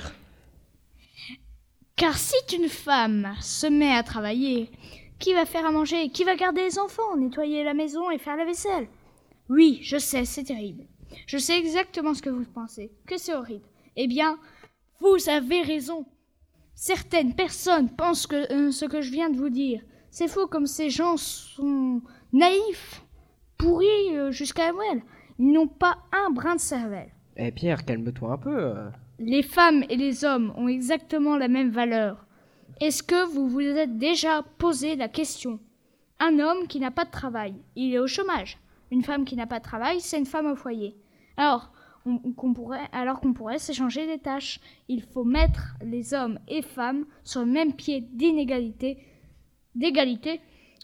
Car si une femme se met à travailler, qui va faire à manger? Qui va garder les enfants, nettoyer la maison et faire la vaisselle? Oui, je sais, c'est terrible. Je sais exactement ce que vous pensez, que c'est horrible. Eh bien, vous avez raison. Certaines personnes pensent que euh, ce que je viens de vous dire. C'est faux, comme ces gens sont naïfs, pourris euh, jusqu'à la moelle. Ils n'ont pas un brin de cervelle. Eh Pierre, calme-toi un peu. Les femmes et les hommes ont exactement la même valeur. Est-ce que vous vous êtes déjà posé la question? Un homme qui n'a pas de travail, il est au chômage. Une femme qui n'a pas de travail, c'est une femme au foyer. Alors, on, qu'on pourrait, alors qu'on pourrait s'échanger des tâches. Il faut mettre les hommes et femmes sur le même pied d'inégalité, d'égalité,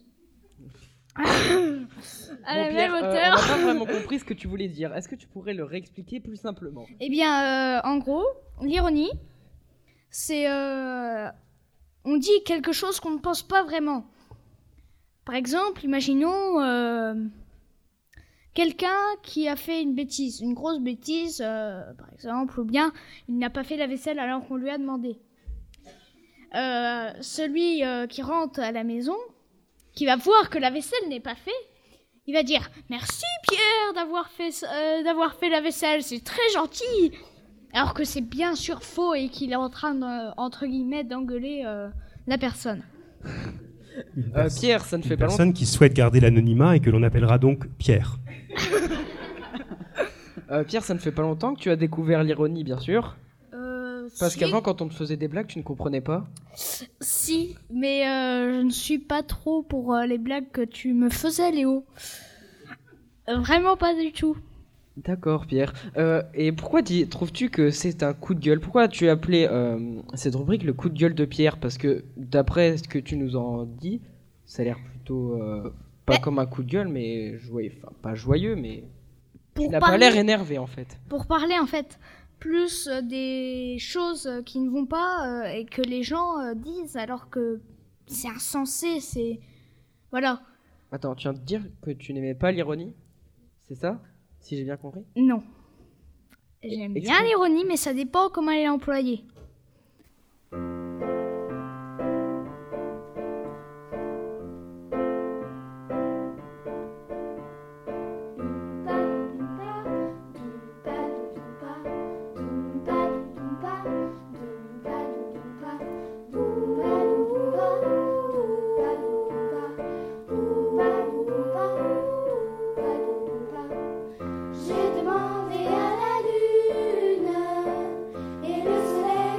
à Bon, la Pierre, même euh, hauteur. on n'a pas vraiment compris ce que tu voulais dire. Est-ce que tu pourrais le réexpliquer plus simplement? Eh bien, euh, en gros, l'ironie, c'est... Euh, on dit quelque chose qu'on ne pense pas vraiment. Par exemple, imaginons euh, quelqu'un qui a fait une bêtise, une grosse bêtise, euh, par exemple, ou bien il n'a pas fait la vaisselle alors qu'on lui a demandé. Euh, celui euh, qui rentre à la maison, qui va voir que la vaisselle n'est pas faite, il va dire « Merci Pierre d'avoir fait, euh, d'avoir fait la vaisselle, c'est très gentil !» Alors que c'est bien sûr faux et qu'il est en train, de, entre guillemets, d'engueuler euh, la personne. Euh, Pierre, ça ne fait Une pas personne longtemps. qui souhaite garder l'anonymat et que l'on appellera donc Pierre. Euh, Pierre, ça ne fait pas longtemps que tu as découvert l'ironie, bien sûr. Euh, Parce si, qu'avant, quand on te faisait des blagues, tu ne comprenais pas. Si, mais euh, je ne suis pas trop pour euh, les blagues que tu me faisais, Léo. Euh, vraiment pas du tout. D'accord, Pierre. Euh, et pourquoi dis- trouves-tu que c'est un coup de gueule? Pourquoi tu as appelé euh, cette rubrique le coup de gueule de Pierre? Parce que d'après ce que tu nous en dis, ça a l'air plutôt euh, pas Mais- comme un coup de gueule, mais joyeux. Enfin, pas joyeux, mais tu Pour n'as pas parler- l'air énervé en fait. Pour parler, en fait, plus euh, des choses euh, qui ne vont pas euh, et que les gens euh, disent alors que c'est insensé, c'est... Voilà. Attends, tu viens de dire que tu n'aimais pas l'ironie? C'est ça? Si j'ai bien compris? Non. J'aime bien explique. l'ironie, mais ça dépend comment elle est employée. J'ai demandé à la lune et le soleil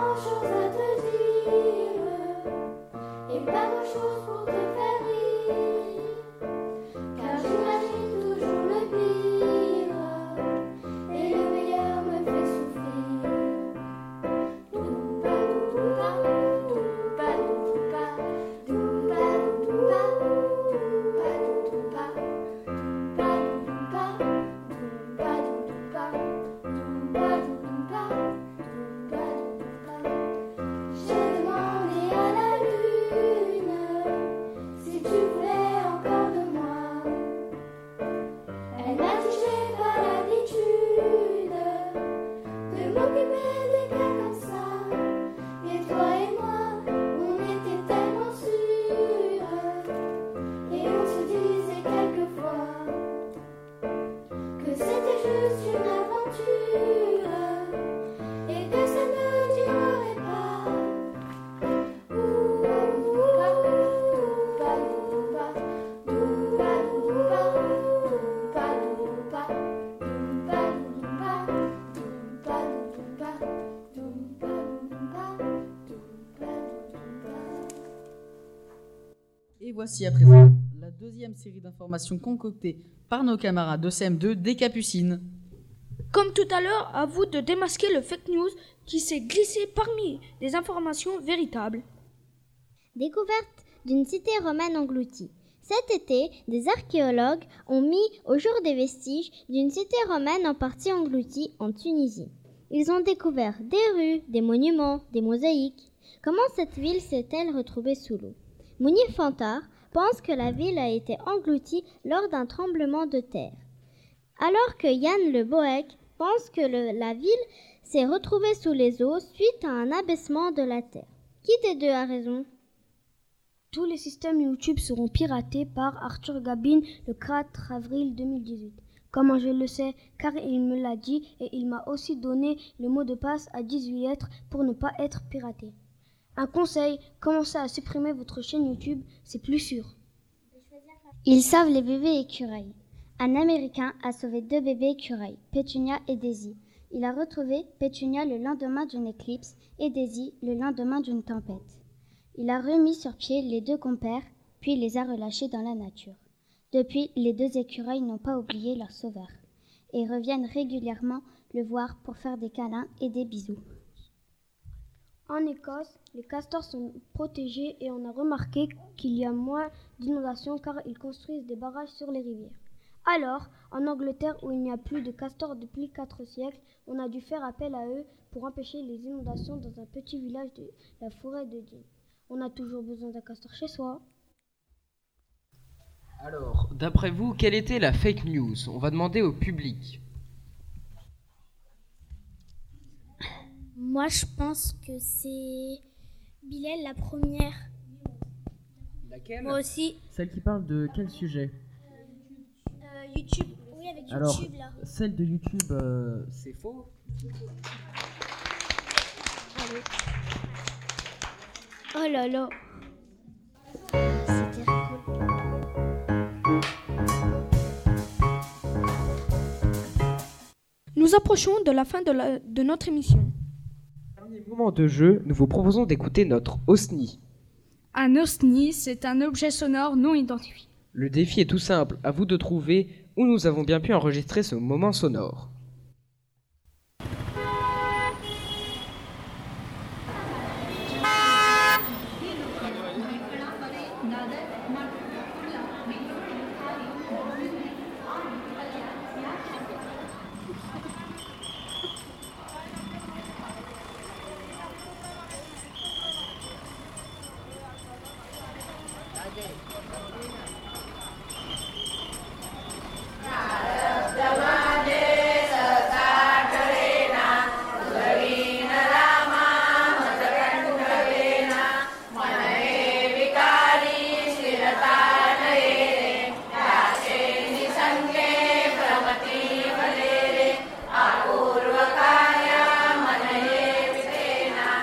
grand-chose à te dire et pas grand-chose pour te faire rire, car j'imagine toujours le pire et le meilleur me fait souffrir. Doumpa doumpa, doumpa doumpa, doumpa doumpa, doumpa doumpa, doumpa doumpa, doumpa doumpa, doumpa doumpa, doumpa doumpa. J'ai demandé à la lune si tu voulais encore de moi. Elle m'a dit j'ai pas l'habitude de m'occuper des cas comme ça. Mais toi et moi, on était tellement sûrs et on se disait quelquefois que c'était juste une aventure et que ça ne durerait pas. Et voici à présent la deuxième série d'informations concoctées par nos camarades de C M deux des Capucines. Comme tout à l'heure, à vous de démasquer le fake news qui s'est glissé parmi les informations véritables. Découverte d'une cité romaine engloutie. Cet été, des archéologues ont mis au jour des vestiges d'une cité romaine en partie engloutie en Tunisie. Ils ont découvert des rues, des monuments, des mosaïques. Comment cette ville s'est-elle retrouvée sous l'eau? Mounir Fantar pense que la ville a été engloutie lors d'un tremblement de terre, alors que Yann Le Bohec pense que le- la ville s'est retrouvée sous les eaux suite à un abaissement de la terre. Qui des deux a raison? Tous les systèmes YouTube seront piratés par Arthur Gabin le quatre avril deux mille dix-huit. Comment je le sais? Car il me l'a dit et il m'a aussi donné le mot de passe à dix-huit lettres pour ne pas être piraté. Un conseil, commencez à supprimer votre chaîne YouTube, c'est plus sûr. Ils sauvent les bébés écureuils. Un Américain a sauvé deux bébés écureuils, Pétunia et Daisy. Il a retrouvé Pétunia le lendemain d'une éclipse et Daisy le lendemain d'une tempête. Il a remis sur pied les deux compères, puis les a relâchés dans la nature. Depuis, les deux écureuils n'ont pas oublié leur sauveur et reviennent régulièrement le voir pour faire des câlins et des bisous. En Écosse, les castors sont protégés et on a remarqué qu'il y a moins d'inondations car ils construisent des barrages sur les rivières. Alors, en Angleterre où il n'y a plus de castors depuis quatre siècles, on a dû faire appel à eux pour empêcher les inondations dans un petit village de la forêt de Dean. On a toujours besoin d'un castor chez soi. Alors, d'après vous, quelle était la fake news? On va demander au public. Moi, je pense que c'est Bilal la première. Laquelle? Moi aussi. Celle qui parle de quel sujet? Euh, YouTube. Oui, avec YouTube Alors, là. celle de YouTube, euh, c'est faux. Allez. Oh là là. C'était rigolo. Nous approchons de la fin de, la- de notre émission. Dernier moment de jeu, nous vous proposons d'écouter notre O S N I. Un O S N I, c'est un objet sonore non identifié. Le défi est tout simple, à vous de trouver où nous avons bien pu enregistrer ce moment sonore.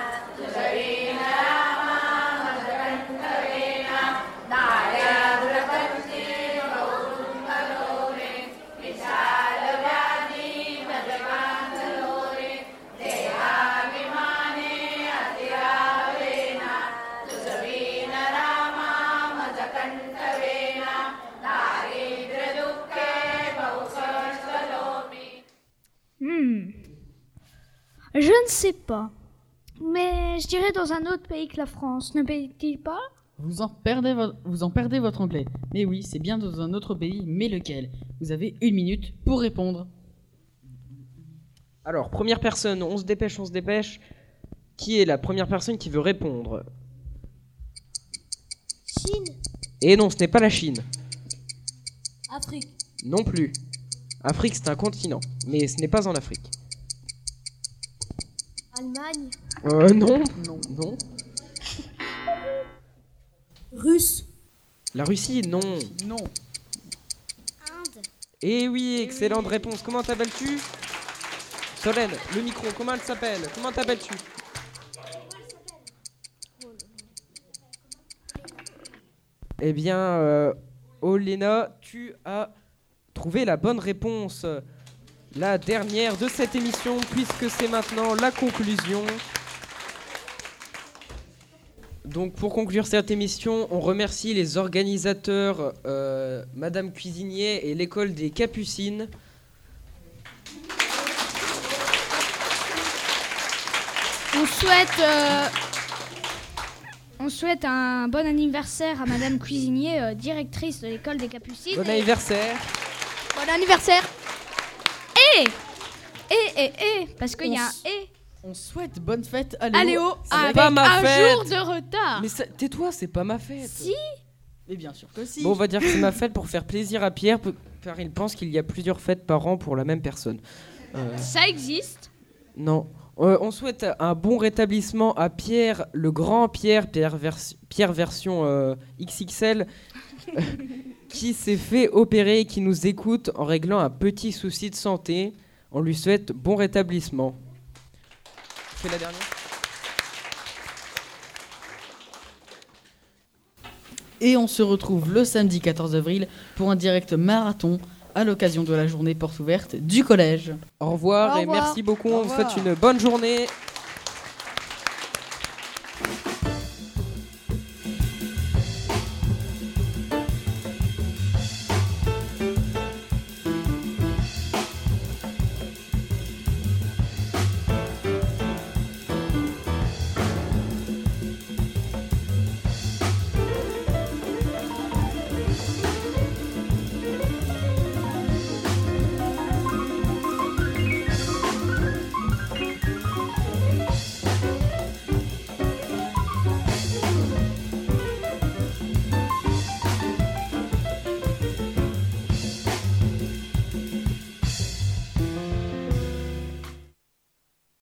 Daya ne sais pas. Mais je dirais dans un autre pays que la France, ne paye-t-il pas? Vous en, perdez vo- vous en perdez votre anglais. Mais oui, c'est bien dans un autre pays, mais lequel? Vous avez une minute pour répondre. Alors, première personne, on se dépêche, on se dépêche. Qui est la première personne qui veut répondre? Chine. Et non, ce n'est pas la Chine. Afrique. Non plus. Afrique, c'est un continent, mais ce n'est pas en Afrique. Allemagne. Euh, non, non, non. Russe. La Russie, non. Non. Inde. Eh oui, excellente réponse. Comment t'appelles-tu? Solène, le micro, comment elle s'appelle? Comment t'appelles-tu? Eh bien, euh, Olena, tu as trouvé la bonne réponse. La dernière de cette émission, puisque c'est maintenant la conclusion. Donc pour conclure cette émission, on remercie les organisateurs, euh, Madame Cuisinier et l'école des Capucines. On souhaite, euh, on souhaite un bon anniversaire à Madame Cuisinier, euh, directrice de l'école des Capucines. Bon Et- anniversaire. Bon anniversaire. Et et et et parce qu'il y a un et. On souhaite bonne fête à Léo. À Léo C'est avec pas ma un fête. jour de retard. Mais ça- tais-toi, c'est pas ma fête. Si. Mais bien sûr que si. Bon, on va dire que c'est ma fête pour faire plaisir à Pierre, pe- car il pense qu'il y a plusieurs fêtes par an pour la même personne. Euh, Ça existe. non. Euh, on souhaite un bon rétablissement à Pierre, le grand Pierre, Pierre, vers- Pierre version euh, X X L, euh, qui s'est fait opérer et qui nous écoute en réglant un petit souci de santé. On lui souhaite bon rétablissement. Je fais la dernière. Et on se retrouve le samedi quatorze avril pour un direct marathon à l'occasion de la journée porte ouverte du collège. Au revoir Au et revoir. merci beaucoup. Au On vous souhaite revoir. une bonne journée.